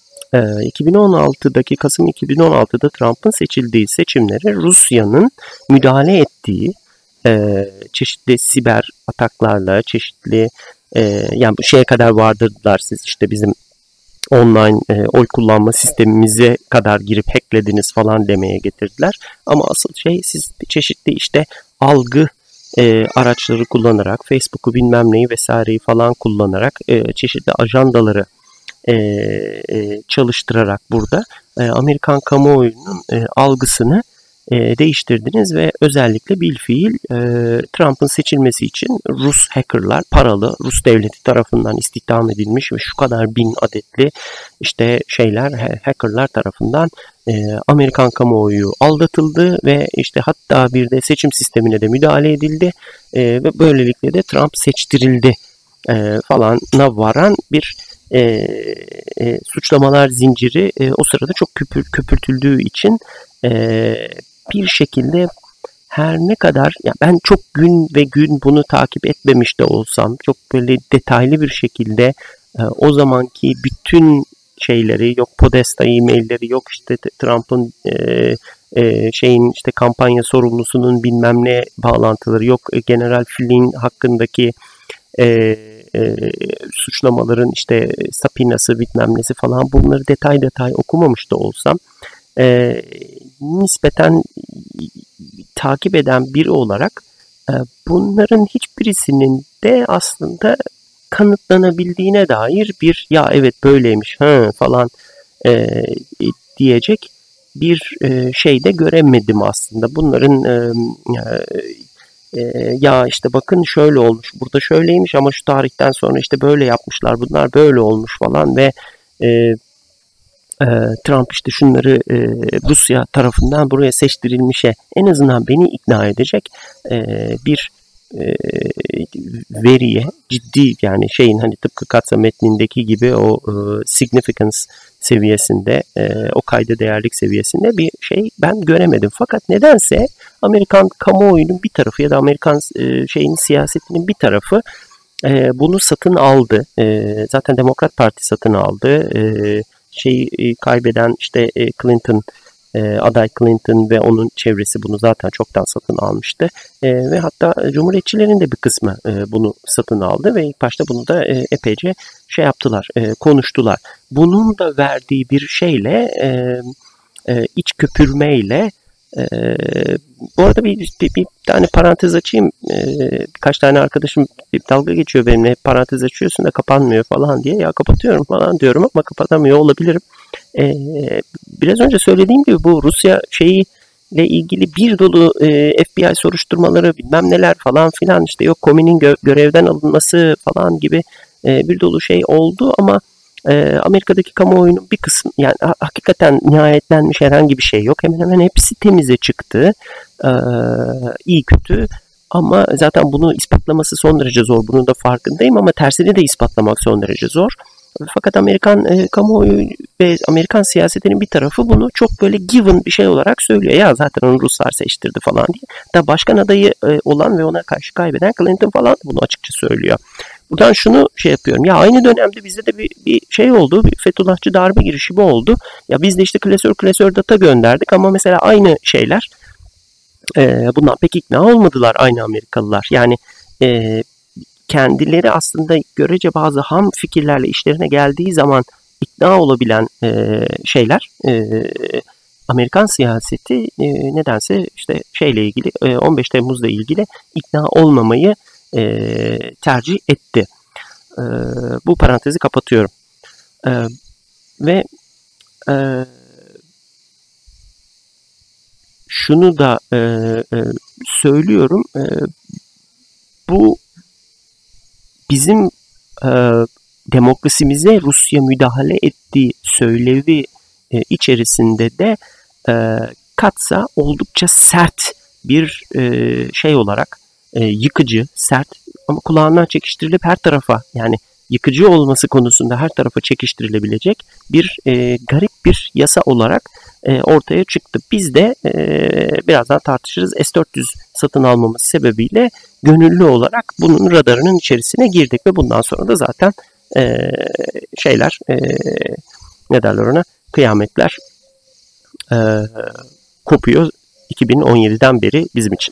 Speaker 2: iki bin on altıdaki Kasım iki bin on altıda Trump'ın seçildiği seçimlere Rusya'nın müdahale ettiği e, çeşitli siber ataklarla, çeşitli e, yani bu şeye kadar vardırdılar siz işte bizim online e, oy kullanma sistemimize kadar girip hacklediniz falan demeye getirdiler. Ama asıl şey siz çeşitli işte algı e, araçları kullanarak, Facebook'u bilmem neyi vesaireyi falan kullanarak e, çeşitli ajandaları E, e, çalıştırarak burada e, Amerikan kamuoyunun e, algısını e, değiştirdiniz ve özellikle bilfiil e, Trump'ın seçilmesi için Rus hackerlar, paralı Rus devleti tarafından istihdam edilmiş ve şu kadar bin adetli işte şeyler hackerlar tarafından e, Amerikan kamuoyu aldatıldı ve işte hatta bir de seçim sistemine de müdahale edildi e, ve böylelikle de Trump seçtirildi e, falana varan bir E, e, suçlamalar zinciri e, o sırada çok köpür, köpürtüldüğü için e, bir şekilde her ne kadar ya ben çok gün ve gün bunu takip etmemiş de olsam, çok böyle detaylı bir şekilde e, o zamanki bütün şeyleri, yok Podesta e-mailleri, yok işte Trump'ın e, e, şeyin işte kampanya sorumlusunun bilmem ne bağlantıları, yok e, General Flynn hakkındaki e, e, suçlamaların işte sapinası bilmem nesi falan, bunları detay detay okumamış da olsam e, nispeten takip eden biri olarak e, bunların hiçbirisinin de aslında kanıtlanabildiğine dair bir ya evet böyleymiş ha falan e, diyecek bir e, şey de göremedim aslında. Bunların e, e, ya işte bakın şöyle olmuş, burada şöyleymiş ama şu tarihten sonra işte böyle yapmışlar, bunlar böyle olmuş falan ve e, Trump işte şunları e, Rusya tarafından buraya seçtirilmişe en azından beni ikna edecek e, bir e, veriye, ciddi yani şeyin hani tıpkı Katsa metnindeki gibi o e, significance seviyesinde, e, o kayda değerlik seviyesinde bir şey ben göremedim. Fakat nedense Amerikan kamuoyunun bir tarafı ya da Amerikan e, şeyin siyasetinin bir tarafı e, bunu satın aldı. E, zaten Demokrat Parti satın aldı. E, şeyi e, kaybeden işte e, Clinton, e, aday Clinton ve onun çevresi bunu zaten çoktan satın almıştı. E, ve hatta Cumhuriyetçilerin de bir kısmı e, bunu satın aldı ve ilk başta bunu da e, epeyce şey yaptılar, e, konuştular. Bunun da verdiği bir şeyle, e, e, iç köpürmeyle, e, bu arada bir, bir, bir tane parantez açayım. E, birkaç tane arkadaşım bir dalga geçiyor benimle. Hep parantez açıyorsun da kapanmıyor falan diye. Ya kapatıyorum falan diyorum ama kapatamıyor olabilirim. E, biraz önce söylediğim gibi bu Rusya şeyi ile ilgili bir dolu e, F B I soruşturmaları bilmem neler falan filan, işte yok Comey'nin gö- görevden alınması falan gibi e, bir dolu şey oldu ama e, Amerika'daki kamuoyunun bir kısmı yani ha- hakikaten nihayetlenmiş herhangi bir şey yok. Hemen hemen hepsi temize çıktı. E, iyi kötü ama zaten bunu ispatlaması son derece zor. Bunun da farkındayım ama tersini de ispatlamak son derece zor. Fakat Amerikan e, kamuoyu ve Amerikan siyasetinin bir tarafı bunu çok böyle given bir şey olarak söylüyor. Ya zaten onu Ruslar seçtirdi falan diye. Da başkan adayı e, olan ve ona karşı kaybeden Clinton falan bunu açıkça söylüyor. Buradan şunu şey yapıyorum. Ya aynı dönemde bizde de bir, bir şey oldu. Bir Fethullahçı darbe girişimi oldu. Ya biz de işte klasör klasör data gönderdik ama mesela aynı şeyler e, bundan pek ikna olmadılar aynı Amerikalılar. Yani e, kendileri aslında görece bazı ham fikirlerle işlerine geldiği zaman ikna olabilen e, şeyler, e, Amerikan siyaseti e, nedense işte şeyle ilgili, e, on beş Temmuz'la ilgili ikna olmamayı e, tercih etti. E, bu parantezi kapatıyorum. E, ve e, şunu da e, e, söylüyorum. E, bu bizim e, demokrasimize Rusya müdahale ettiği söylevi e, içerisinde de e, katsa oldukça sert bir e, şey olarak, e, yıkıcı, sert ama kulağından çekiştirilip her tarafa, yani yıkıcı olması konusunda her tarafa çekiştirilebilecek bir e, garip bir yasa olarak e, ortaya çıktı. Biz de e, birazdan tartışırız, S dört yüz satın almamız sebebiyle gönüllü olarak bunun radarının içerisine girdik ve bundan sonra da zaten e, şeyler e, ne derler ona, kıyametler e, kopuyor iki bin on yediden beri bizim için.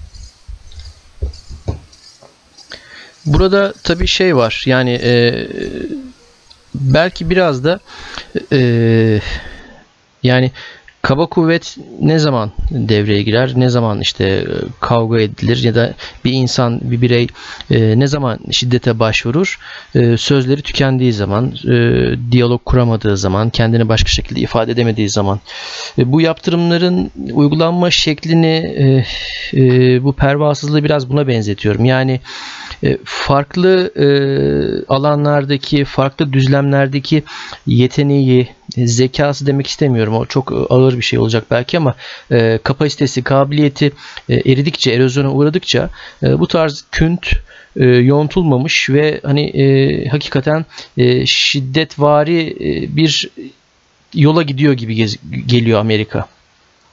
Speaker 1: Burada tabii şey var yani e, belki biraz da e, yani kaba kuvvet ne zaman devreye girer, ne zaman işte kavga edilir ya da bir insan, bir birey e, ne zaman şiddete başvurur? E, sözleri tükendiği zaman, e, diyalog kuramadığı zaman, kendini başka şekilde ifade edemediği zaman. E, bu yaptırımların uygulanma şeklini, e, e, bu pervasızlığı biraz buna benzetiyorum. Yani e, farklı e, alanlardaki, farklı düzlemlerdeki yeteneği, e, zekası demek istemiyorum. O çok ağır bir şey olacak belki ama e, kapasitesi, kabiliyeti e, eridikçe, erozyona uğradıkça e, bu tarz künt e, yontulmamış ve hani e, hakikaten e, şiddetvari e, bir yola gidiyor gibi gez- geliyor Amerika.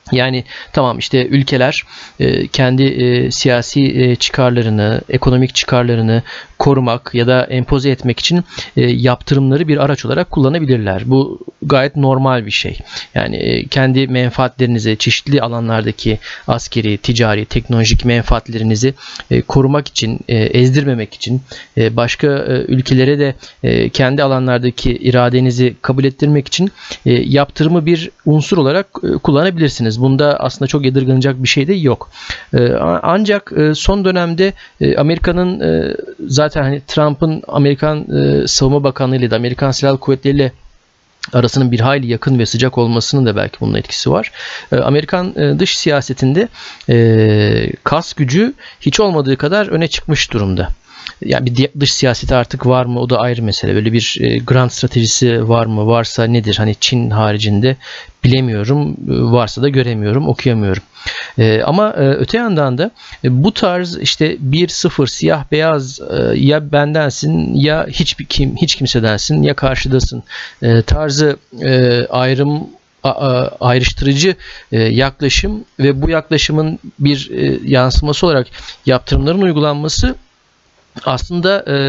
Speaker 1: Yani tamam işte ülkeler e, kendi e, siyasi e, çıkarlarını, ekonomik çıkarlarını korumak ya da empoze etmek için e, yaptırımları bir araç olarak kullanabilirler. Bu gayet normal bir şey. Yani e, kendi menfaatlerinizi, çeşitli alanlardaki askeri, ticari, teknolojik menfaatlerinizi e, korumak için, e, ezdirmemek için, e, başka e, ülkelere de e, kendi alanlardaki iradenizi kabul ettirmek için e, yaptırımı bir unsur olarak e, kullanabilirsiniz. Bunda aslında çok yadırganacak bir şey de yok. E, ancak e, son dönemde e, Amerika'nın e, zaten hani Trump'ın Amerikan e, Savunma Bakanlığı ile de Amerikan Silahlı Kuvvetleri ile arasının bir hayli yakın ve sıcak olmasının da belki bunun etkisi var. E, Amerikan e, dış siyasetinde e, kas gücü hiç olmadığı kadar öne çıkmış durumda. Yani bir dış siyaseti artık var mı? O da ayrı mesele. Böyle bir e, grand stratejisi var mı? Varsa nedir? Hani Çin haricinde bilemiyorum. Varsa da göremiyorum, okuyamıyorum. E, ama e, öte yandan da e, bu tarz işte bir sıfır siyah beyaz e, ya bendensin ya hiç kim hiç kimsedensin ya karşıdasın e, tarzı e, ayrım ayrıştırıcı yaklaşım ve bu yaklaşımın bir yansıması olarak yaptırımların uygulanması aslında e,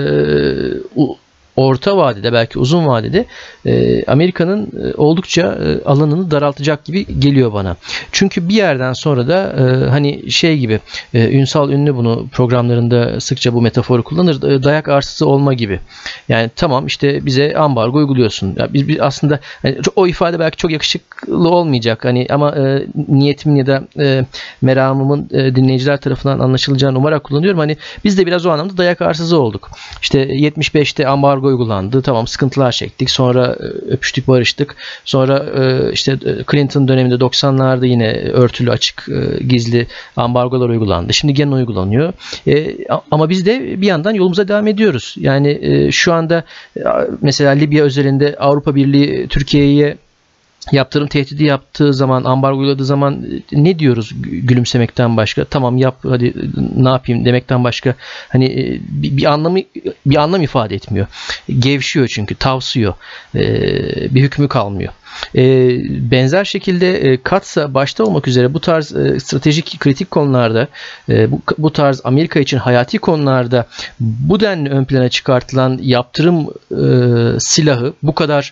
Speaker 1: orta vadede belki uzun vadede e, Amerika'nın e, oldukça e, alanını daraltacak gibi geliyor bana. Çünkü bir yerden sonra da e, hani şey gibi e, Ünsal Ünlü bunu programlarında sıkça bu metaforu kullanır. E, dayak arsızı olma gibi. Yani tamam işte bize ambargo uyguluyorsun. Ya biz, biz aslında hani, o ifade belki çok yakışıklı olmayacak. Hani ama e, niyetimin ya da e, meramımın e, dinleyiciler tarafından anlaşılacağını umarak kullanıyorum. Hani biz de biraz o anlamda dayak arsızı olduk. İşte yetmiş beşte ambargo uygulandı. Tamam sıkıntılar çektik. Sonra öpüştük, barıştık. Sonra işte Clinton döneminde doksanlarda yine örtülü, açık, gizli ambargolar uygulandı. Şimdi gene uygulanıyor. Ama biz de bir yandan yolumuza devam ediyoruz. Yani şu anda mesela Libya özelinde Avrupa Birliği Türkiye'ye yaptırım tehdidi yaptığı zaman, ambargo uyguladığı zaman ne diyoruz gülümsemekten başka? Tamam yap, hadi ne yapayım demekten başka hani bir, bir anlamı bir anlam ifade etmiyor. Gevşiyor çünkü, tavsıyor. Bir hükmü kalmıyor. Benzer şekilde Katsa başta olmak üzere bu tarz stratejik kritik konularda, bu, bu tarz Amerika için hayati konularda bu denli ön plana çıkartılan yaptırım silahı bu kadar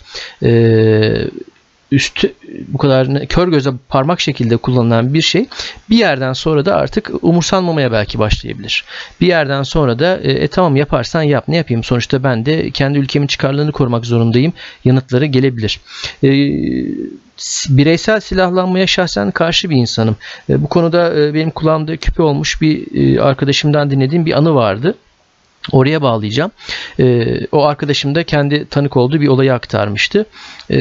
Speaker 1: üstü bu kadar kör göze parmak şekilde kullanılan bir şey bir yerden sonra da artık umursanmamaya belki başlayabilir. Bir yerden sonra da e, tamam yaparsan yap, ne yapayım, sonuçta ben de kendi ülkemin çıkarlarını korumak zorundayım yanıtları gelebilir. E, bireysel silahlanmaya şahsen karşı bir insanım. E, bu konuda e, benim kulağımda küpe olmuş bir e, arkadaşımdan dinlediğim bir anı vardı. Oraya bağlayacağım. Ee, o arkadaşım da kendi tanık olduğu bir olayı aktarmıştı. Ee,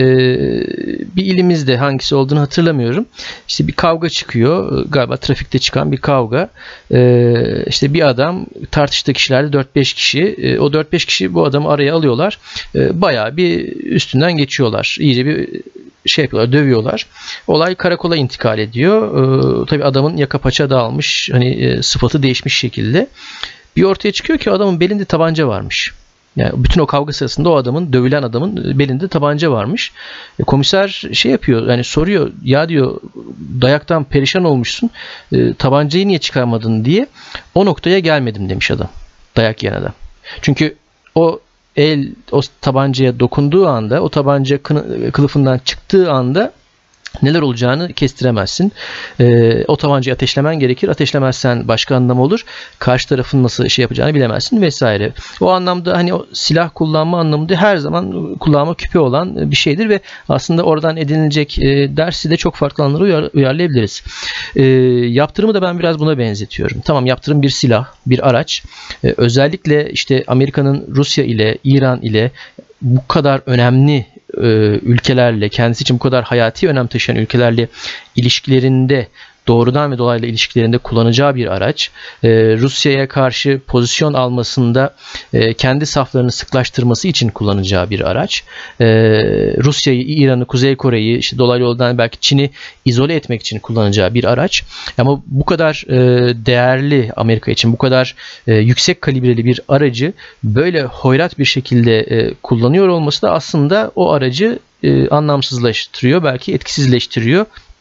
Speaker 1: bir ilimizde, hangisi olduğunu hatırlamıyorum. İşte bir kavga çıkıyor. Galiba trafikte çıkan bir kavga. Ee, işte bir adam, tartıştığı kişilerde dört beş kişi. Ee, o dört beş kişi bu adamı araya alıyorlar. Ee, bayağı bir üstünden geçiyorlar. İyice bir şey yapıyorlar, dövüyorlar. Olay karakola intikal ediyor. Ee, tabii adamın yaka paça dağılmış. Hani e, sıfatı değişmiş şekilde. Bir ortaya çıkıyor ki adamın belinde tabanca varmış. Yani bütün o kavga sırasında o adamın, dövülen adamın belinde tabanca varmış. E, komiser şey yapıyor, yani soruyor, ya diyor dayaktan perişan olmuşsun, e, tabancayı niye çıkarmadın diye. O noktaya gelmedim demiş adam. Dayak yiyen adam. Çünkü o el o tabancaya dokunduğu anda, o tabanca kılıfından çıktığı anda neler olacağını kestiremezsin. E, o tabancayı ateşlemen gerekir. Ateşlemezsen başka anlam olur. Karşı tarafın nasıl şey yapacağını bilemezsin vesaire. O anlamda hani o silah kullanma anlamında her zaman kulağıma küpe olan bir şeydir ve aslında oradan edinilecek e, dersi de çok farklı anlara uyar, uyarlayabiliriz. E, yaptırımı da ben biraz buna benzetiyorum. Tamam, yaptırım bir silah, bir araç. E, özellikle işte Amerika'nın Rusya ile, İran ile bu kadar önemli ülkelerle, kendisi için bu kadar hayati önem taşıyan ülkelerle ilişkilerinde, doğrudan ve dolaylı ilişkilerinde kullanacağı bir araç. Ee, Rusya'ya karşı pozisyon almasında e, kendi saflarını sıklaştırması için kullanacağı bir araç. Ee, Rusya'yı, İran'ı, Kuzey Kore'yi, işte dolaylı yoldan belki Çin'i izole etmek için kullanacağı bir araç. Ama bu kadar e, değerli, Amerika için bu kadar e, yüksek kalibreli bir aracı böyle hoyrat bir şekilde e, kullanıyor olması da aslında o aracı e, anlamsızlaştırıyor, belki etkisizleştiriyor.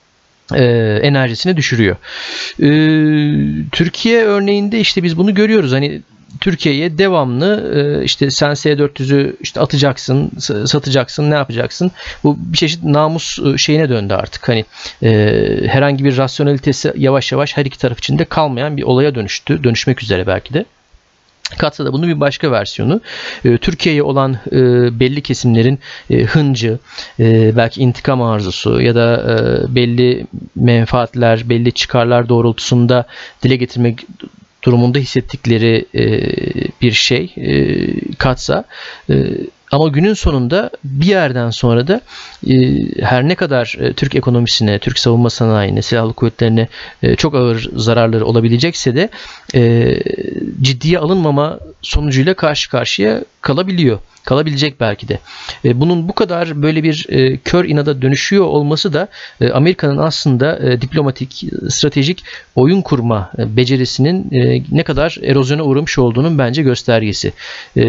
Speaker 1: e, enerjisini düşürüyor. E, Türkiye örneğinde işte biz bunu görüyoruz. Hani Türkiye'ye devamlı e, işte sen S dört yüzü işte atacaksın, satacaksın, ne yapacaksın? Bu bir çeşit namus şeyine döndü artık. Hani e, herhangi bir rasyonalitesi yavaş yavaş her iki taraf için de kalmayan bir olaya dönüştü. Dönüşmek üzere belki de. Katsa da bunun bir başka versiyonu. E, Türkiye'ye olan e, belli kesimlerin e, hıncı, e, belki intikam arzusu ya da e, belli menfaatler, belli çıkarlar doğrultusunda dile getirmek durumunda hissettikleri e, bir şey e, katsa e, ama günün sonunda bir yerden sonra da e, her ne kadar e, Türk ekonomisine, Türk savunma sanayine, silahlı kuvvetlerine e, çok ağır zararları olabilecekse de e, ciddiye alınmama sonucuyla karşı karşıya kalabiliyor. Kalabilecek belki de. E, bunun bu kadar böyle bir e, kör inada dönüşüyor olması da e, Amerika'nın aslında e, diplomatik, stratejik oyun kurma e, becerisinin e, ne kadar erozyona uğramış olduğunun bence göstergesi. E,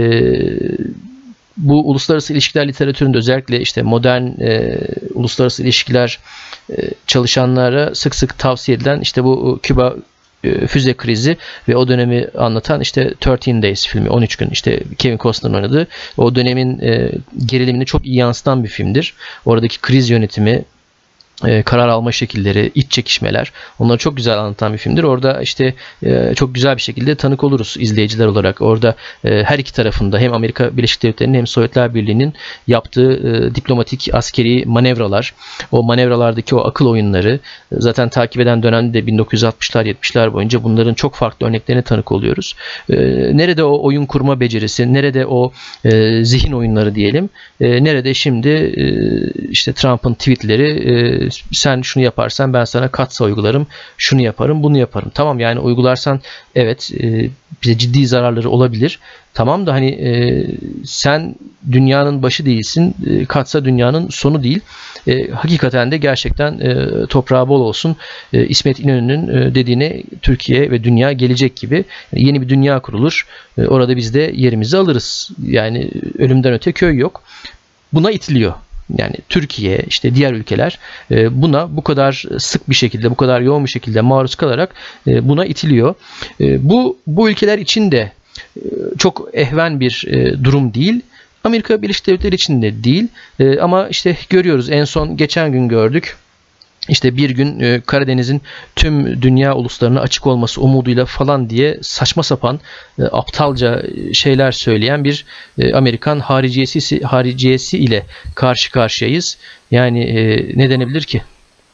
Speaker 1: bu uluslararası ilişkiler literatüründe özellikle işte modern e, uluslararası ilişkiler e, çalışanlara sık sık tavsiye edilen işte bu Küba e, füze krizi ve o dönemi anlatan işte on üç Days filmi, on üç gün, işte Kevin Costner'ın oynadığı o dönemin e, gerilimini çok iyi yansıtan bir filmdir. Oradaki kriz yönetimi, e, karar alma şekilleri, iç çekişmeler, onları çok güzel anlatan bir filmdir. Orada işte e, çok güzel bir şekilde tanık oluruz izleyiciler olarak. Orada e, her iki tarafında hem Amerika Birleşik Devletleri'nin hem Sovyetler Birliği'nin yaptığı e, diplomatik askeri manevralar, o manevralardaki o akıl oyunları, e, zaten takip eden dönemde de bin dokuz yüz altmışlar yetmişler boyunca bunların çok farklı örneklerine tanık oluyoruz. E, nerede o oyun kurma becerisi, nerede o e, zihin oyunları diyelim, e, nerede şimdi e, işte Trump'ın tweetleri, e, sen şunu yaparsan ben sana katsa uygularım, şunu yaparım, bunu yaparım. Tamam, yani uygularsan evet e, bize ciddi zararları olabilir. Tamam da hani e, sen dünyanın başı değilsin, e, katsa dünyanın sonu değil. E, hakikaten de gerçekten e, toprağı bol olsun. E, İsmet İnönü'nün e, dediğine Türkiye ve dünya gelecek gibi yani yeni bir dünya kurulur. E, orada biz de yerimizi alırız. Yani ölümden öte köy yok. Buna itiliyor. Yani Türkiye, işte diğer ülkeler buna bu kadar sık bir şekilde, bu kadar yoğun bir şekilde maruz kalarak buna itiliyor. Bu bu ülkeler için de çok ehven bir durum değil. Amerika Birleşik Devletleri için de değil. Ama işte görüyoruz, en son geçen gün gördük. İşte bir gün Karadeniz'in tüm dünya uluslarına açık olması umuduyla falan diye saçma sapan aptalca şeyler söyleyen bir Amerikan hariciyesi, hariciyesi ile karşı karşıyayız. Yani ne denebilir ki?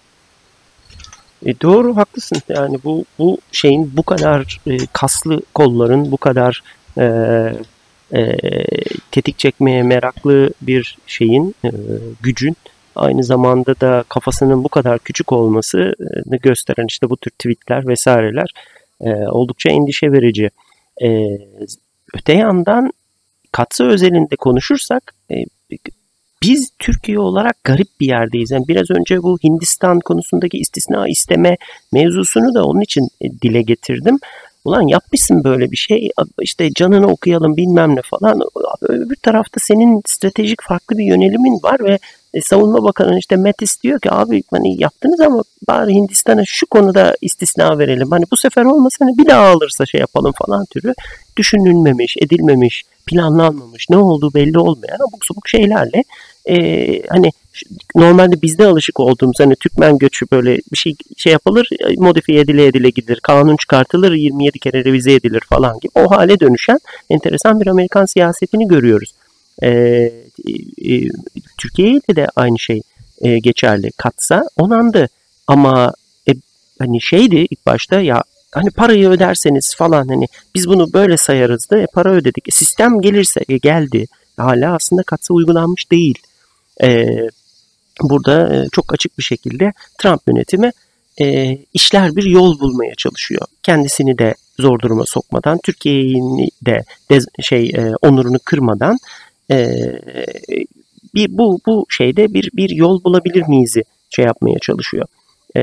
Speaker 2: E doğru, haklısın. Yani bu bu şeyin bu kadar e, kaslı kolların, bu kadar e, e, tetik çekmeye meraklı bir şeyin, e, gücün aynı zamanda da kafasının bu kadar küçük olmasını gösteren işte bu tür tweetler vesaireler e, oldukça endişe verici. E, öte yandan katsa özelinde konuşursak e, biz Türkiye olarak garip bir yerdeyiz. Yani biraz önce bu Hindistan konusundaki istisna isteme mevzusunu da onun için e, dile getirdim. Ulan yapmışsın böyle bir şey, işte canını okuyalım bilmem ne falan. Öbür tarafta senin stratejik farklı bir yönelimin var ve e, Savunma Bakanı işte Mattis diyor ki abi hani yaptınız ama bari Hindistan'a şu konuda istisna verelim. Hani bu sefer olmasa hani bir daha alırsa şey yapalım falan türü düşünülmemiş, edilmemiş, planlanmamış, ne olduğu belli olmayan abuk sabuk şeylerle e, hani normalde bizde alışık olduğumuz hani Türkmen göçü böyle bir şey şey yapılır, modifiye edile edile gidilir, kanun çıkartılır, yirmi yedi kere revize edilir falan gibi o hale dönüşen enteresan bir Amerikan siyasetini görüyoruz. E, e, Türkiye'de de aynı şey e, geçerli. Katsa onandı ama e, hani şeydi ilk başta ya hani parayı öderseniz falan hani biz bunu böyle sayarız da e, para ödedik. E, sistem gelirse e, geldi. Hala aslında katsa uygulanmış değil. E, burada e, çok açık bir şekilde Trump yönetimi e, işler bir yol bulmaya çalışıyor. Kendisini de zor duruma sokmadan, Türkiye'yi de, de şey e, onurunu kırmadan e, bir bu bu şeyde bir bir yol bulabilir miyiz'i şey yapmaya çalışıyor. E,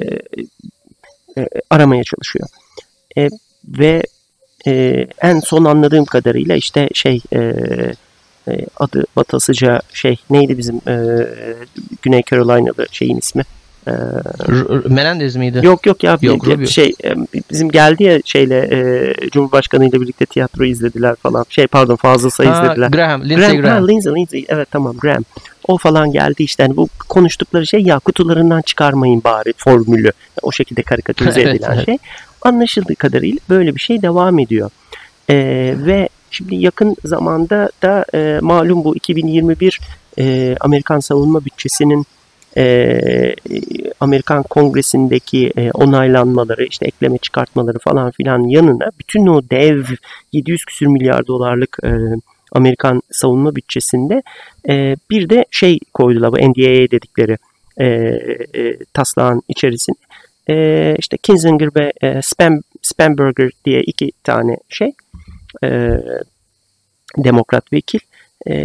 Speaker 2: e, aramaya çalışıyor. E, ve e, en son anladığım kadarıyla işte şey e, e, adı batasıca şey neydi bizim e, Güney Carolina'da şeyin ismi? Ee,
Speaker 1: R- Menendez miydi?
Speaker 2: Yok yok ya
Speaker 1: Yok,
Speaker 2: bir, şey bizim geldi ya şeyle e, Cumhurbaşkanı ile birlikte tiyatro izlediler falan. Şey pardon Fazıl Say
Speaker 1: ha,
Speaker 2: izlediler.
Speaker 1: Graham, Lindsey
Speaker 2: Graham.
Speaker 1: Graham.
Speaker 2: Ha, Lindsey, Lindsey. Evet tamam Graham. O falan geldi işte. Yani bu konuştukları şey ya kutularından çıkarmayın bari formülü. O şekilde karikatürize
Speaker 1: Evet,
Speaker 2: edilen
Speaker 1: evet.
Speaker 2: şey. Anlaşıldığı kadarıyla böyle bir şey devam ediyor. Ee, ve şimdi yakın zamanda da e, malum bu iki bin yirmi bir e, Amerikan savunma bütçesinin e, Amerikan Kongresi'ndeki e, onaylanmaları, işte ekleme çıkartmaları falan filan yanına bütün o dev yedi yüz küsür milyar dolarlık e, Amerikan savunma bütçesinde e, bir de şey koydular, bu N D A A dedikleri e, e, taslağın içerisine. E, işte Kinzinger ve e, Spam, Spamberger diye iki tane şey e, demokrat vekil e,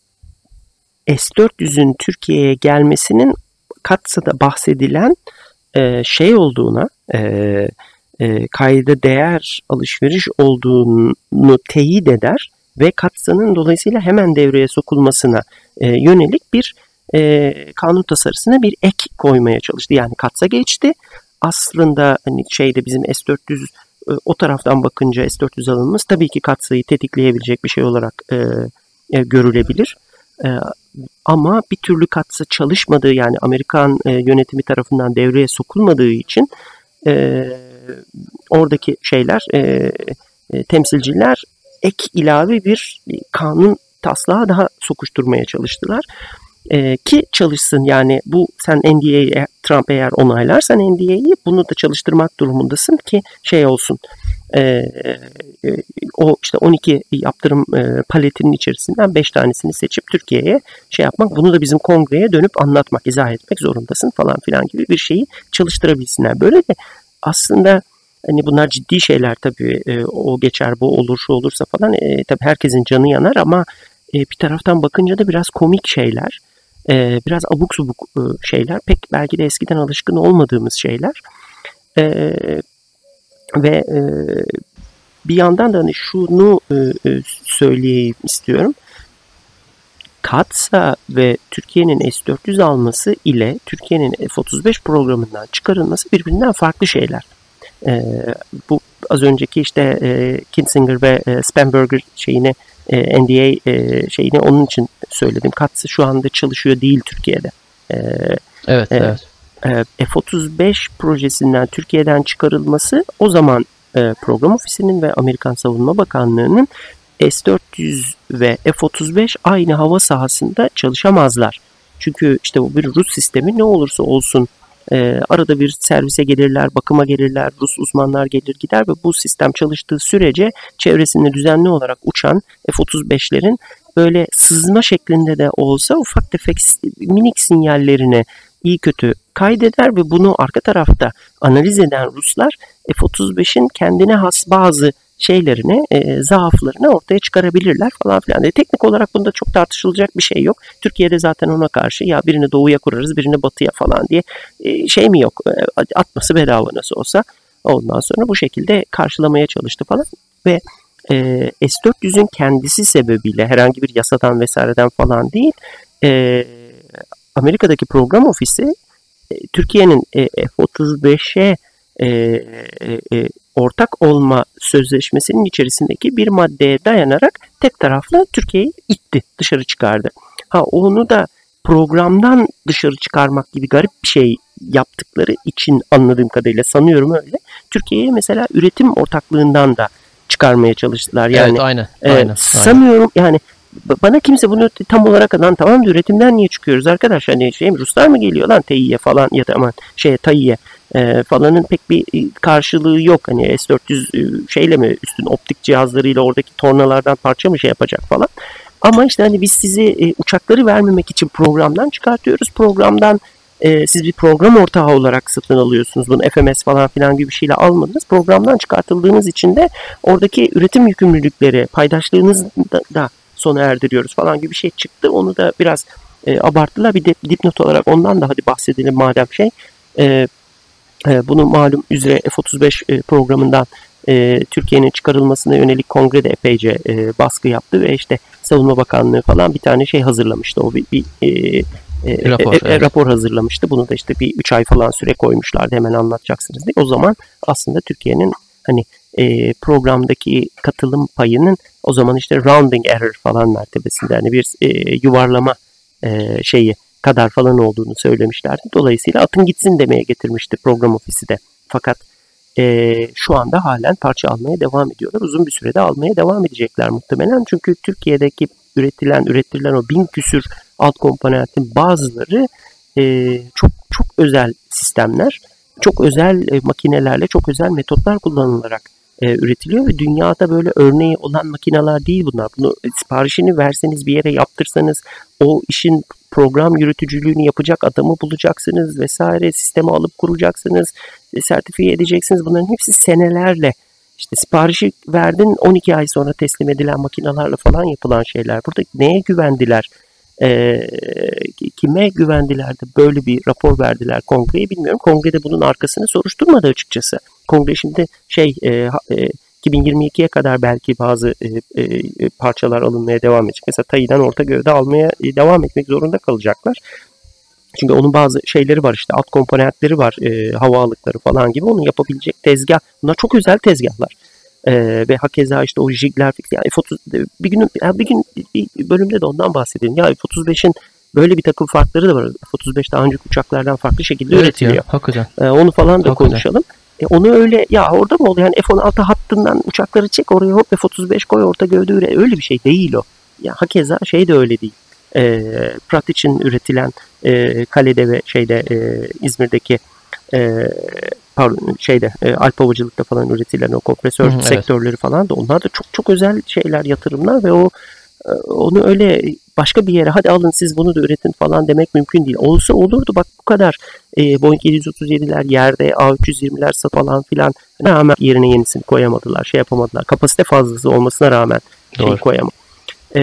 Speaker 2: S dört yüzün Türkiye'ye gelmesinin Katsa'da bahsedilen e, şey olduğuna, e, e, kayda değer alışveriş olduğunu teyit eder ve Katsa'nın dolayısıyla hemen devreye sokulmasına e, yönelik bir e, kanun tasarısına bir ek koymaya çalıştı. Yani Katsa geçti. Aslında hani şeyde bizim S dört yüz e, o taraftan bakınca S dört yüz alınması tabii ki Katsa'yı tetikleyebilecek bir şey olarak e, e, görülebilir. E, ama bir türlü Katsa çalışmadığı, yani Amerikan e, yönetimi tarafından devreye sokulmadığı için e, oradaki şeyler e, e, temsilciler ek ilave bir kanun taslağı daha sokuşturmaya çalıştılar. E, ki çalışsın, yani bu sen N D A'yı Trump eğer onaylarsan N D A'yı bunu da çalıştırmak durumundasın ki şey olsun. E, e, o işte on iki yaptırım e, paletinin içerisinden beş tanesini seçip Türkiye'ye şey yapmak, bunu da bizim kongreye dönüp anlatmak, izah etmek zorundasın falan filan gibi bir şeyi çalıştırabilsinler. Böyle de aslında hani bunlar ciddi şeyler tabii, e, o geçer bu olur şu olursa falan, e, tabii herkesin canı yanar ama e, bir taraftan bakınca da biraz komik şeyler, e, biraz abuk subuk e, şeyler, pek belki de eskiden alışkın olmadığımız şeyler. E, ve e, bir yandan da hani şunu e, e, söyleyeyim istiyorum. Katsa ve Türkiye'nin S dört yüz alması ile Türkiye'nin F otuz beş programından çıkarılması birbirinden farklı şeyler. E, bu az önceki işte e, Kinzinger ve e, Spamberger şeyini, e, N D A e, şeyini onun için söyledim. Katsa şu anda çalışıyor değil Türkiye'de. E,
Speaker 1: Evet,
Speaker 2: e,
Speaker 1: evet.
Speaker 2: e, F otuz beş projesinden Türkiye'den çıkarılması o zaman e, program ofisinin ve Amerikan Savunma Bakanlığı'nın S dört yüz ve F otuz beş aynı hava sahasında çalışamazlar. Çünkü işte bu bir Rus sistemi, ne olursa olsun e, arada bir servise gelirler, bakıma gelirler, Rus uzmanlar gelir gider ve bu sistem çalıştığı sürece çevresinde düzenli olarak uçan F otuz beşlerin böyle sızma şeklinde de olsa ufak tefek minik sinyallerini iyi kötü kaydeder ve bunu arka tarafta analiz eden Ruslar F otuz beşin kendine has bazı şeylerini, e, zaaflarını ortaya çıkarabilirler falan filan. E, teknik olarak bunda çok tartışılacak bir şey yok. Türkiye'de zaten ona karşı ya birini doğuya kurarız, birini batıya falan diye e, şey mi yok? E, atması bedava nasıl olsa. Ondan sonra bu şekilde karşılamaya çalıştı falan ve e, S dört yüzün kendisi sebebiyle, herhangi bir yasadan vesaireden falan değil, e, Amerika'daki program ofisi e, Türkiye'nin e, F otuz beşe e, e, ortak olma sözleşmesinin içerisindeki bir maddeye dayanarak tek taraflı Türkiye'yi itti, dışarı çıkardı. Ha, onu da programdan dışarı çıkarmak gibi garip bir şey yaptıkları için anladığım kadarıyla, sanıyorum öyle, Türkiye'ye mesela üretim ortaklığından da çıkarmaya çalıştılar. Yani
Speaker 1: evet, aynen,
Speaker 2: e,
Speaker 1: aynen,
Speaker 2: sanıyorum aynen. Yani bana kimse bunu tam olarak lan tamam da üretimden niye çıkıyoruz arkadaş, hani şey mi, Ruslar mı geliyor lan Tayyiye falan ya da aman şeye Tayyiye e, falanın pek bir karşılığı yok. Hani S dört yüz şeyle mi, üstün optik cihazlarıyla oradaki tornalardan parça mı şey yapacak falan. Ama işte hani biz sizi e, uçakları vermemek için programdan çıkartıyoruz. Programdan e, siz bir program ortağı olarak satın alıyorsunuz. Bunu F M S falan filan gibi bir şeyle almadınız. Programdan çıkartıldığınız için de oradaki üretim yükümlülükleri, paydaşlığınızı da, da sona erdiriyoruz falan gibi bir şey çıktı. Onu da biraz e, abarttılar. Bir de dipnot olarak ondan da hadi bahsedelim madem şey. E, e, bunu malum üzere F otuz beş e, programından e, Türkiye'nin çıkarılmasına yönelik kongrede epeyce e, baskı yaptı ve işte Savunma Bakanlığı falan bir tane şey hazırlamıştı. O bir, bir e, e,
Speaker 1: Rapor,
Speaker 2: e,
Speaker 1: evet.
Speaker 2: rapor hazırlamıştı. Bunu da işte bir üç ay falan süre koymuşlardı, hemen anlatacaksınız diye. O zaman aslında Türkiye'nin hani e, programdaki katılım payının o zaman işte rounding error falan mertebesinde, hani bir e, yuvarlama e, şeyi kadar falan olduğunu söylemişlerdi. Dolayısıyla atın gitsin demeye getirmişti program ofisi de. Fakat e, şu anda halen parça almaya devam ediyorlar. Uzun bir sürede almaya devam edecekler muhtemelen. Çünkü Türkiye'deki üretilen, üretilen o bin küsür alt komponentin bazıları e, çok çok özel sistemler, çok özel e, makinelerle, çok özel metotlar kullanılarak e, üretiliyor ve dünyada böyle örneği olan makineler değil bunlar. Bunu e, siparişini verseniz, bir yere yaptırsanız, o işin program yürütücülüğünü yapacak adamı bulacaksınız vesaire, sistemi alıp kuracaksınız, e, sertifiye edeceksiniz. Bunların hepsi senelerle, işte siparişi verdin on iki ay sonra teslim edilen makinelerle falan yapılan şeyler. Burada neye güvendiler? E, kime güvendiler de böyle bir rapor verdiler kongreye, bilmiyorum. Kongrede bunun arkasını soruşturmadı açıkçası. Kongre şimdi şey e, e, iki bin yirmi ikiye kadar belki bazı e, e, parçalar alınmaya devam edecek. Mesela Tayi'den orta gövde almaya e, devam etmek zorunda kalacaklar. Çünkü onun bazı şeyleri var, işte alt komponentleri var, e, hava alıkları falan gibi, onu yapabilecek tezgah. Bunlar çok özel tezgahlar. Ee, ve hakeza işte o jigler fix, yani F otuz, bir gün bir gün bir bölümde de ondan bahsedelim. Ya F otuz beşin böyle bir takım farkları da var. F otuz beş daha önceki uçaklardan farklı şekilde
Speaker 1: Evet
Speaker 2: üretiliyor.
Speaker 1: ya, hakikaten.
Speaker 2: Ee, onu falan da
Speaker 1: Hakikaten.
Speaker 2: konuşalım. E, onu öyle ya orada mı oluyor? Yani F on altı hattından uçakları çek, oraya hop F otuz beş koy, orta gövde üret. Öyle bir şey değil o. Ya hakeza şey de öyle değil. E, Pratt için üretilen e, Kale'de ve şeyde e, İzmir'deki e, pardon şeyde e, Alp Havacılık'ta falan üretilen o kompresör
Speaker 1: Hı hı,
Speaker 2: sektörleri evet. falan da, onlar da çok çok özel şeyler, yatırımlar ve o e, onu öyle başka bir yere hadi alın siz bunu da üretin falan demek mümkün değil. Olsa olurdu, bak bu kadar e, Boeing yedi yüz otuz yediler yerde, A üç yüz yirmiler falan filan, rağmen yerine yenisini koyamadılar, şey yapamadılar. Kapasite fazlası olmasına rağmen şey koyamadılar. E,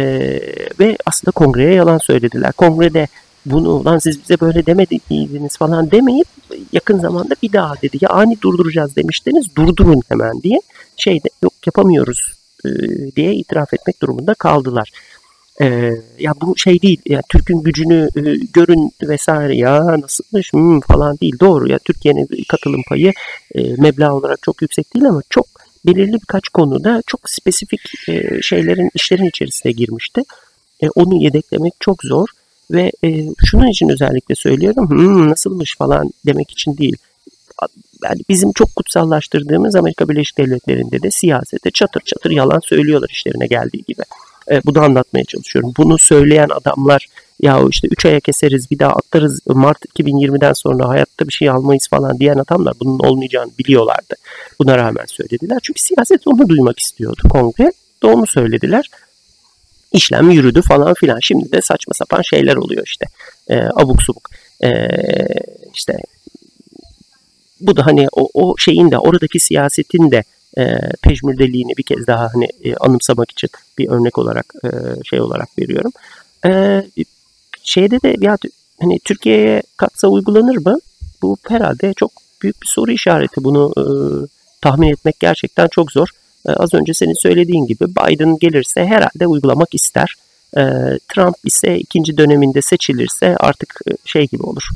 Speaker 2: ve aslında kongreye yalan söylediler. Kongrede bunu lan siz bize böyle demediydiniz falan demeyip yakın zamanda bir daha dedi. Ya ani durduracağız demiştiniz, durdurun hemen diye şeyde yok yapamıyoruz e, diye itiraf etmek durumunda kaldılar. E, ya bu şey değil, ya Türk'ün gücünü e, görün vesaire, ya nasılmış hmm, falan değil, doğru ya Türkiye'nin katılım payı e, meblağ olarak çok yüksek değil ama çok belirli birkaç konuda çok spesifik e, şeylerin, işlerin içerisine girmişti. E, onu yedeklemek çok zor. Ve e, şunun için özellikle söylüyorum, hmm, nasılmış falan demek için değil. Yani bizim çok kutsallaştırdığımız Amerika Birleşik Devletleri'nde de siyasete çatır çatır yalan söylüyorlar işlerine geldiği gibi. E, bunu anlatmaya çalışıyorum. Bunu söyleyen adamlar, ya işte üç aya keseriz bir daha atlarız, Mart iki bin yirmiden sonra hayatta bir şey almayız falan diyen adamlar bunun olmayacağını biliyorlardı. Buna rağmen söylediler. Çünkü siyaset onu duymak istiyordu, kongre de onu söylediler. İşlem yürüdü falan filan. Şimdi de saçma sapan şeyler oluyor işte. E, abuk subuk. E, işte bu da hani o, o şeyin de, oradaki siyasetin de e, pejmürdeliğini bir kez daha hani e, anımsamak için bir örnek olarak e, şey olarak veriyorum. E, şeyde de ya hani Türkiye'ye katsa uygulanır mı? Bu herhalde çok büyük bir soru işareti. Bunu e, tahmin etmek gerçekten çok zor. Az önce senin söylediğin gibi Biden gelirse herhalde uygulamak ister. Trump ise ikinci döneminde seçilirse artık şey gibi olur.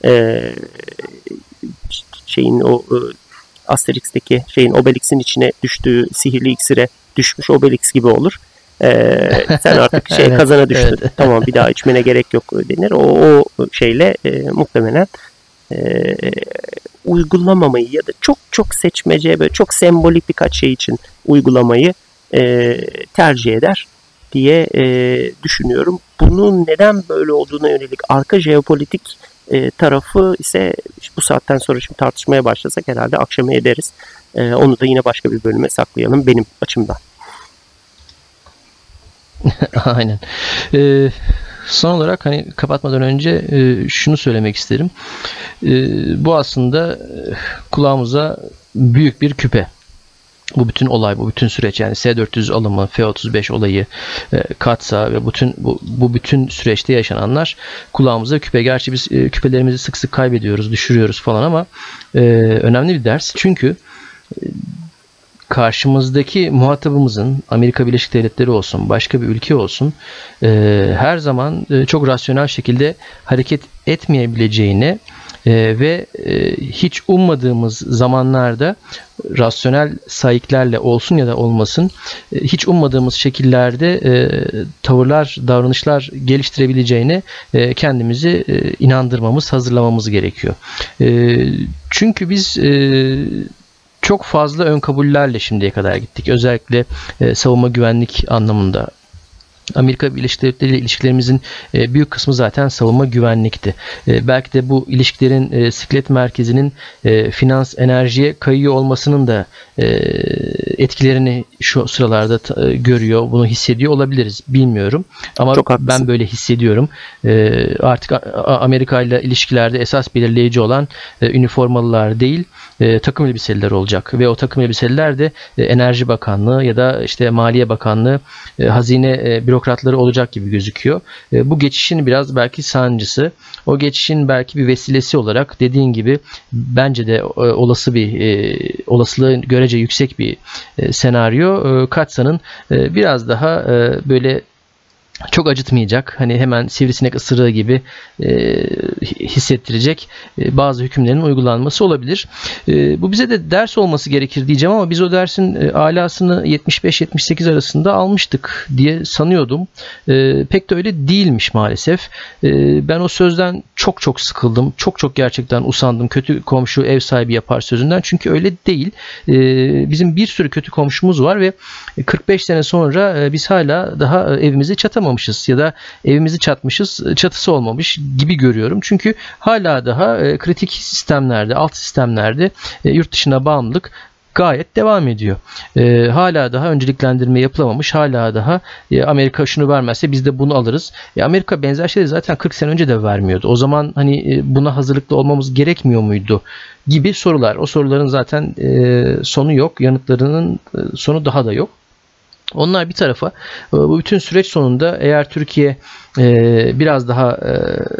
Speaker 2: Şeyin o Asterix'teki şeyin, Obelix'in içine düştüğü sihirli iksire düşmüş Obelix gibi olur. Sen artık şey evet, kazana düştün. Evet. Tamam, bir daha içmene gerek yok denir. O, o şeyle e, muhtemelen e, uygulamamayı ya da çok çok seçmece, böyle çok sembolik birkaç şey için uygulamayı e, tercih eder diye e, düşünüyorum. Bunun neden böyle olduğuna yönelik arka jeopolitik e, tarafı ise bu saatten sonra şimdi tartışmaya başlasak herhalde akşama ederiz. E, onu da yine başka bir bölüme saklayalım benim açımdan.
Speaker 1: Aynen. Ee, son olarak hani kapatmadan önce e, şunu söylemek isterim. E, bu aslında e, kulağımıza büyük bir küpe. Bu bütün olay, bu bütün süreç, yani S dört yüz alımı, F otuz beş olayı, e, Katsa ve bütün bu, bu bütün süreçte yaşananlar kulağımıza küpe. Gerçi biz e, küpelerimizi sık sık kaybediyoruz, düşürüyoruz falan ama e, önemli bir ders. Çünkü e, karşımızdaki muhatabımızın Amerika Birleşik Devletleri olsun, başka bir ülke olsun e, her zaman e, çok rasyonel şekilde hareket etmeyebileceğini e, ve e, hiç ummadığımız zamanlarda rasyonel sayıklarla olsun ya da olmasın e, hiç ummadığımız şekillerde e, tavırlar, davranışlar geliştirebileceğine e, kendimizi e, inandırmamız, hazırlamamız gerekiyor. E, çünkü biz e, çok fazla ön kabullerle şimdiye kadar gittik. Özellikle e, savunma güvenlik anlamında. Amerika Birleşik Devletleri ile ilişkilerimizin e, büyük kısmı zaten savunma güvenlikti. E, belki de bu ilişkilerin e, siklet merkezinin e, finans, enerjiye kayıyor olmasının da e, etkilerini şu sıralarda ta, e, görüyor, bunu hissediyor olabiliriz. Bilmiyorum. Ama
Speaker 2: Çok haklısın.
Speaker 1: ben böyle hissediyorum. E, artık Amerika ile ilişkilerde esas belirleyici olan e, üniformalılar değil, e, takım elbiseliler olacak. Ve o takım elbiseliler de e, Enerji Bakanlığı ya da işte Maliye Bakanlığı, e, Hazine e, bürokratları olacak gibi gözüküyor. E, bu geçişin biraz belki sancısı, o geçişin belki bir vesilesi olarak dediğin gibi bence de e, olası bir e, olasılığı görece yüksek bir e, senaryo. E, Katsa'nın e, biraz daha e, böyle çok acıtmayacak, hani hemen sivrisinek ısırığı gibi e, hissettirecek e, bazı hükümlerin uygulanması olabilir. E, bu bize de ders olması gerekir diyeceğim ama biz o dersin e, alasını yetmiş beş yetmiş sekiz arasında almıştık diye sanıyordum. E, pek de öyle değilmiş maalesef. E, ben o sözden çok çok sıkıldım. Çok çok gerçekten usandım. Kötü komşu ev sahibi yapar sözünden. Çünkü öyle değil. E, bizim bir sürü kötü komşumuz var ve kırk beş sene sonra e, biz hala daha e, evimizi çatamamışız ya da evimizi çatmışız, çatısı olmamış gibi görüyorum. Çünkü hala daha e, kritik sistemlerde, alt sistemlerde e, yurt dışına bağımlılık gayet devam ediyor. E, hala daha önceliklendirme yapılamamış, hala daha e, Amerika şunu vermezse biz de bunu alırız. E, Amerika benzer şeyleri zaten kırk sene önce de vermiyordu. O zaman hani e, buna hazırlıklı olmamız gerekmiyor muydu gibi sorular. O soruların zaten e, sonu yok, yanıtlarının e, sonu daha da yok. Onlar bir tarafa, bu bütün süreç sonunda eğer Türkiye e, biraz daha e,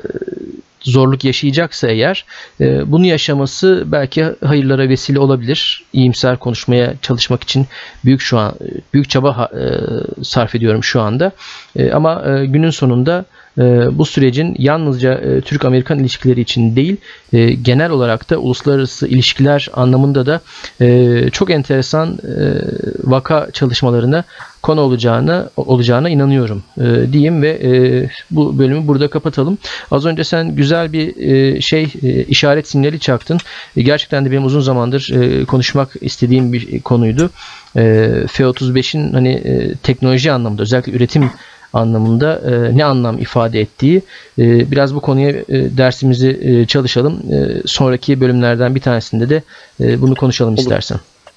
Speaker 1: zorluk yaşayacaksa eğer e, bunu yaşaması belki hayırlara vesile olabilir. İyimser konuşmaya çalışmak için büyük şu an büyük çaba e, sarf ediyorum şu anda. E, ama e, günün sonunda e, bu sürecin yalnızca e, Türk-Amerikan ilişkileri için değil, e, genel olarak da uluslararası ilişkiler anlamında da e, çok enteresan e, vaka çalışmalarına konu olacağına olacağına inanıyorum e, diyeyim ve e, bu bölümü burada kapatalım. Az önce sen güzel bir e, şey e, işaret sinyali çaktın. E, gerçekten de benim uzun zamandır e, konuşmak istediğim bir konuydu. E, F otuz beşin hani e, teknoloji anlamında, özellikle üretim anlamında e, ne anlam ifade ettiği, e, biraz bu konuya e, dersimizi e, çalışalım. E, sonraki bölümlerden bir tanesinde de e, bunu konuşalım
Speaker 2: Olur.
Speaker 1: istersen.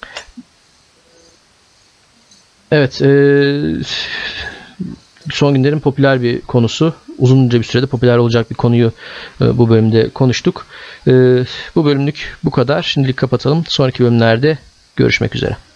Speaker 1: Evet, e, son günlerin popüler bir konusu, uzunca bir sürede popüler olacak bir konuyu e, bu bölümde konuştuk. E, bu bölümlük bu kadar. Şimdilik kapatalım. Sonraki bölümlerde görüşmek üzere.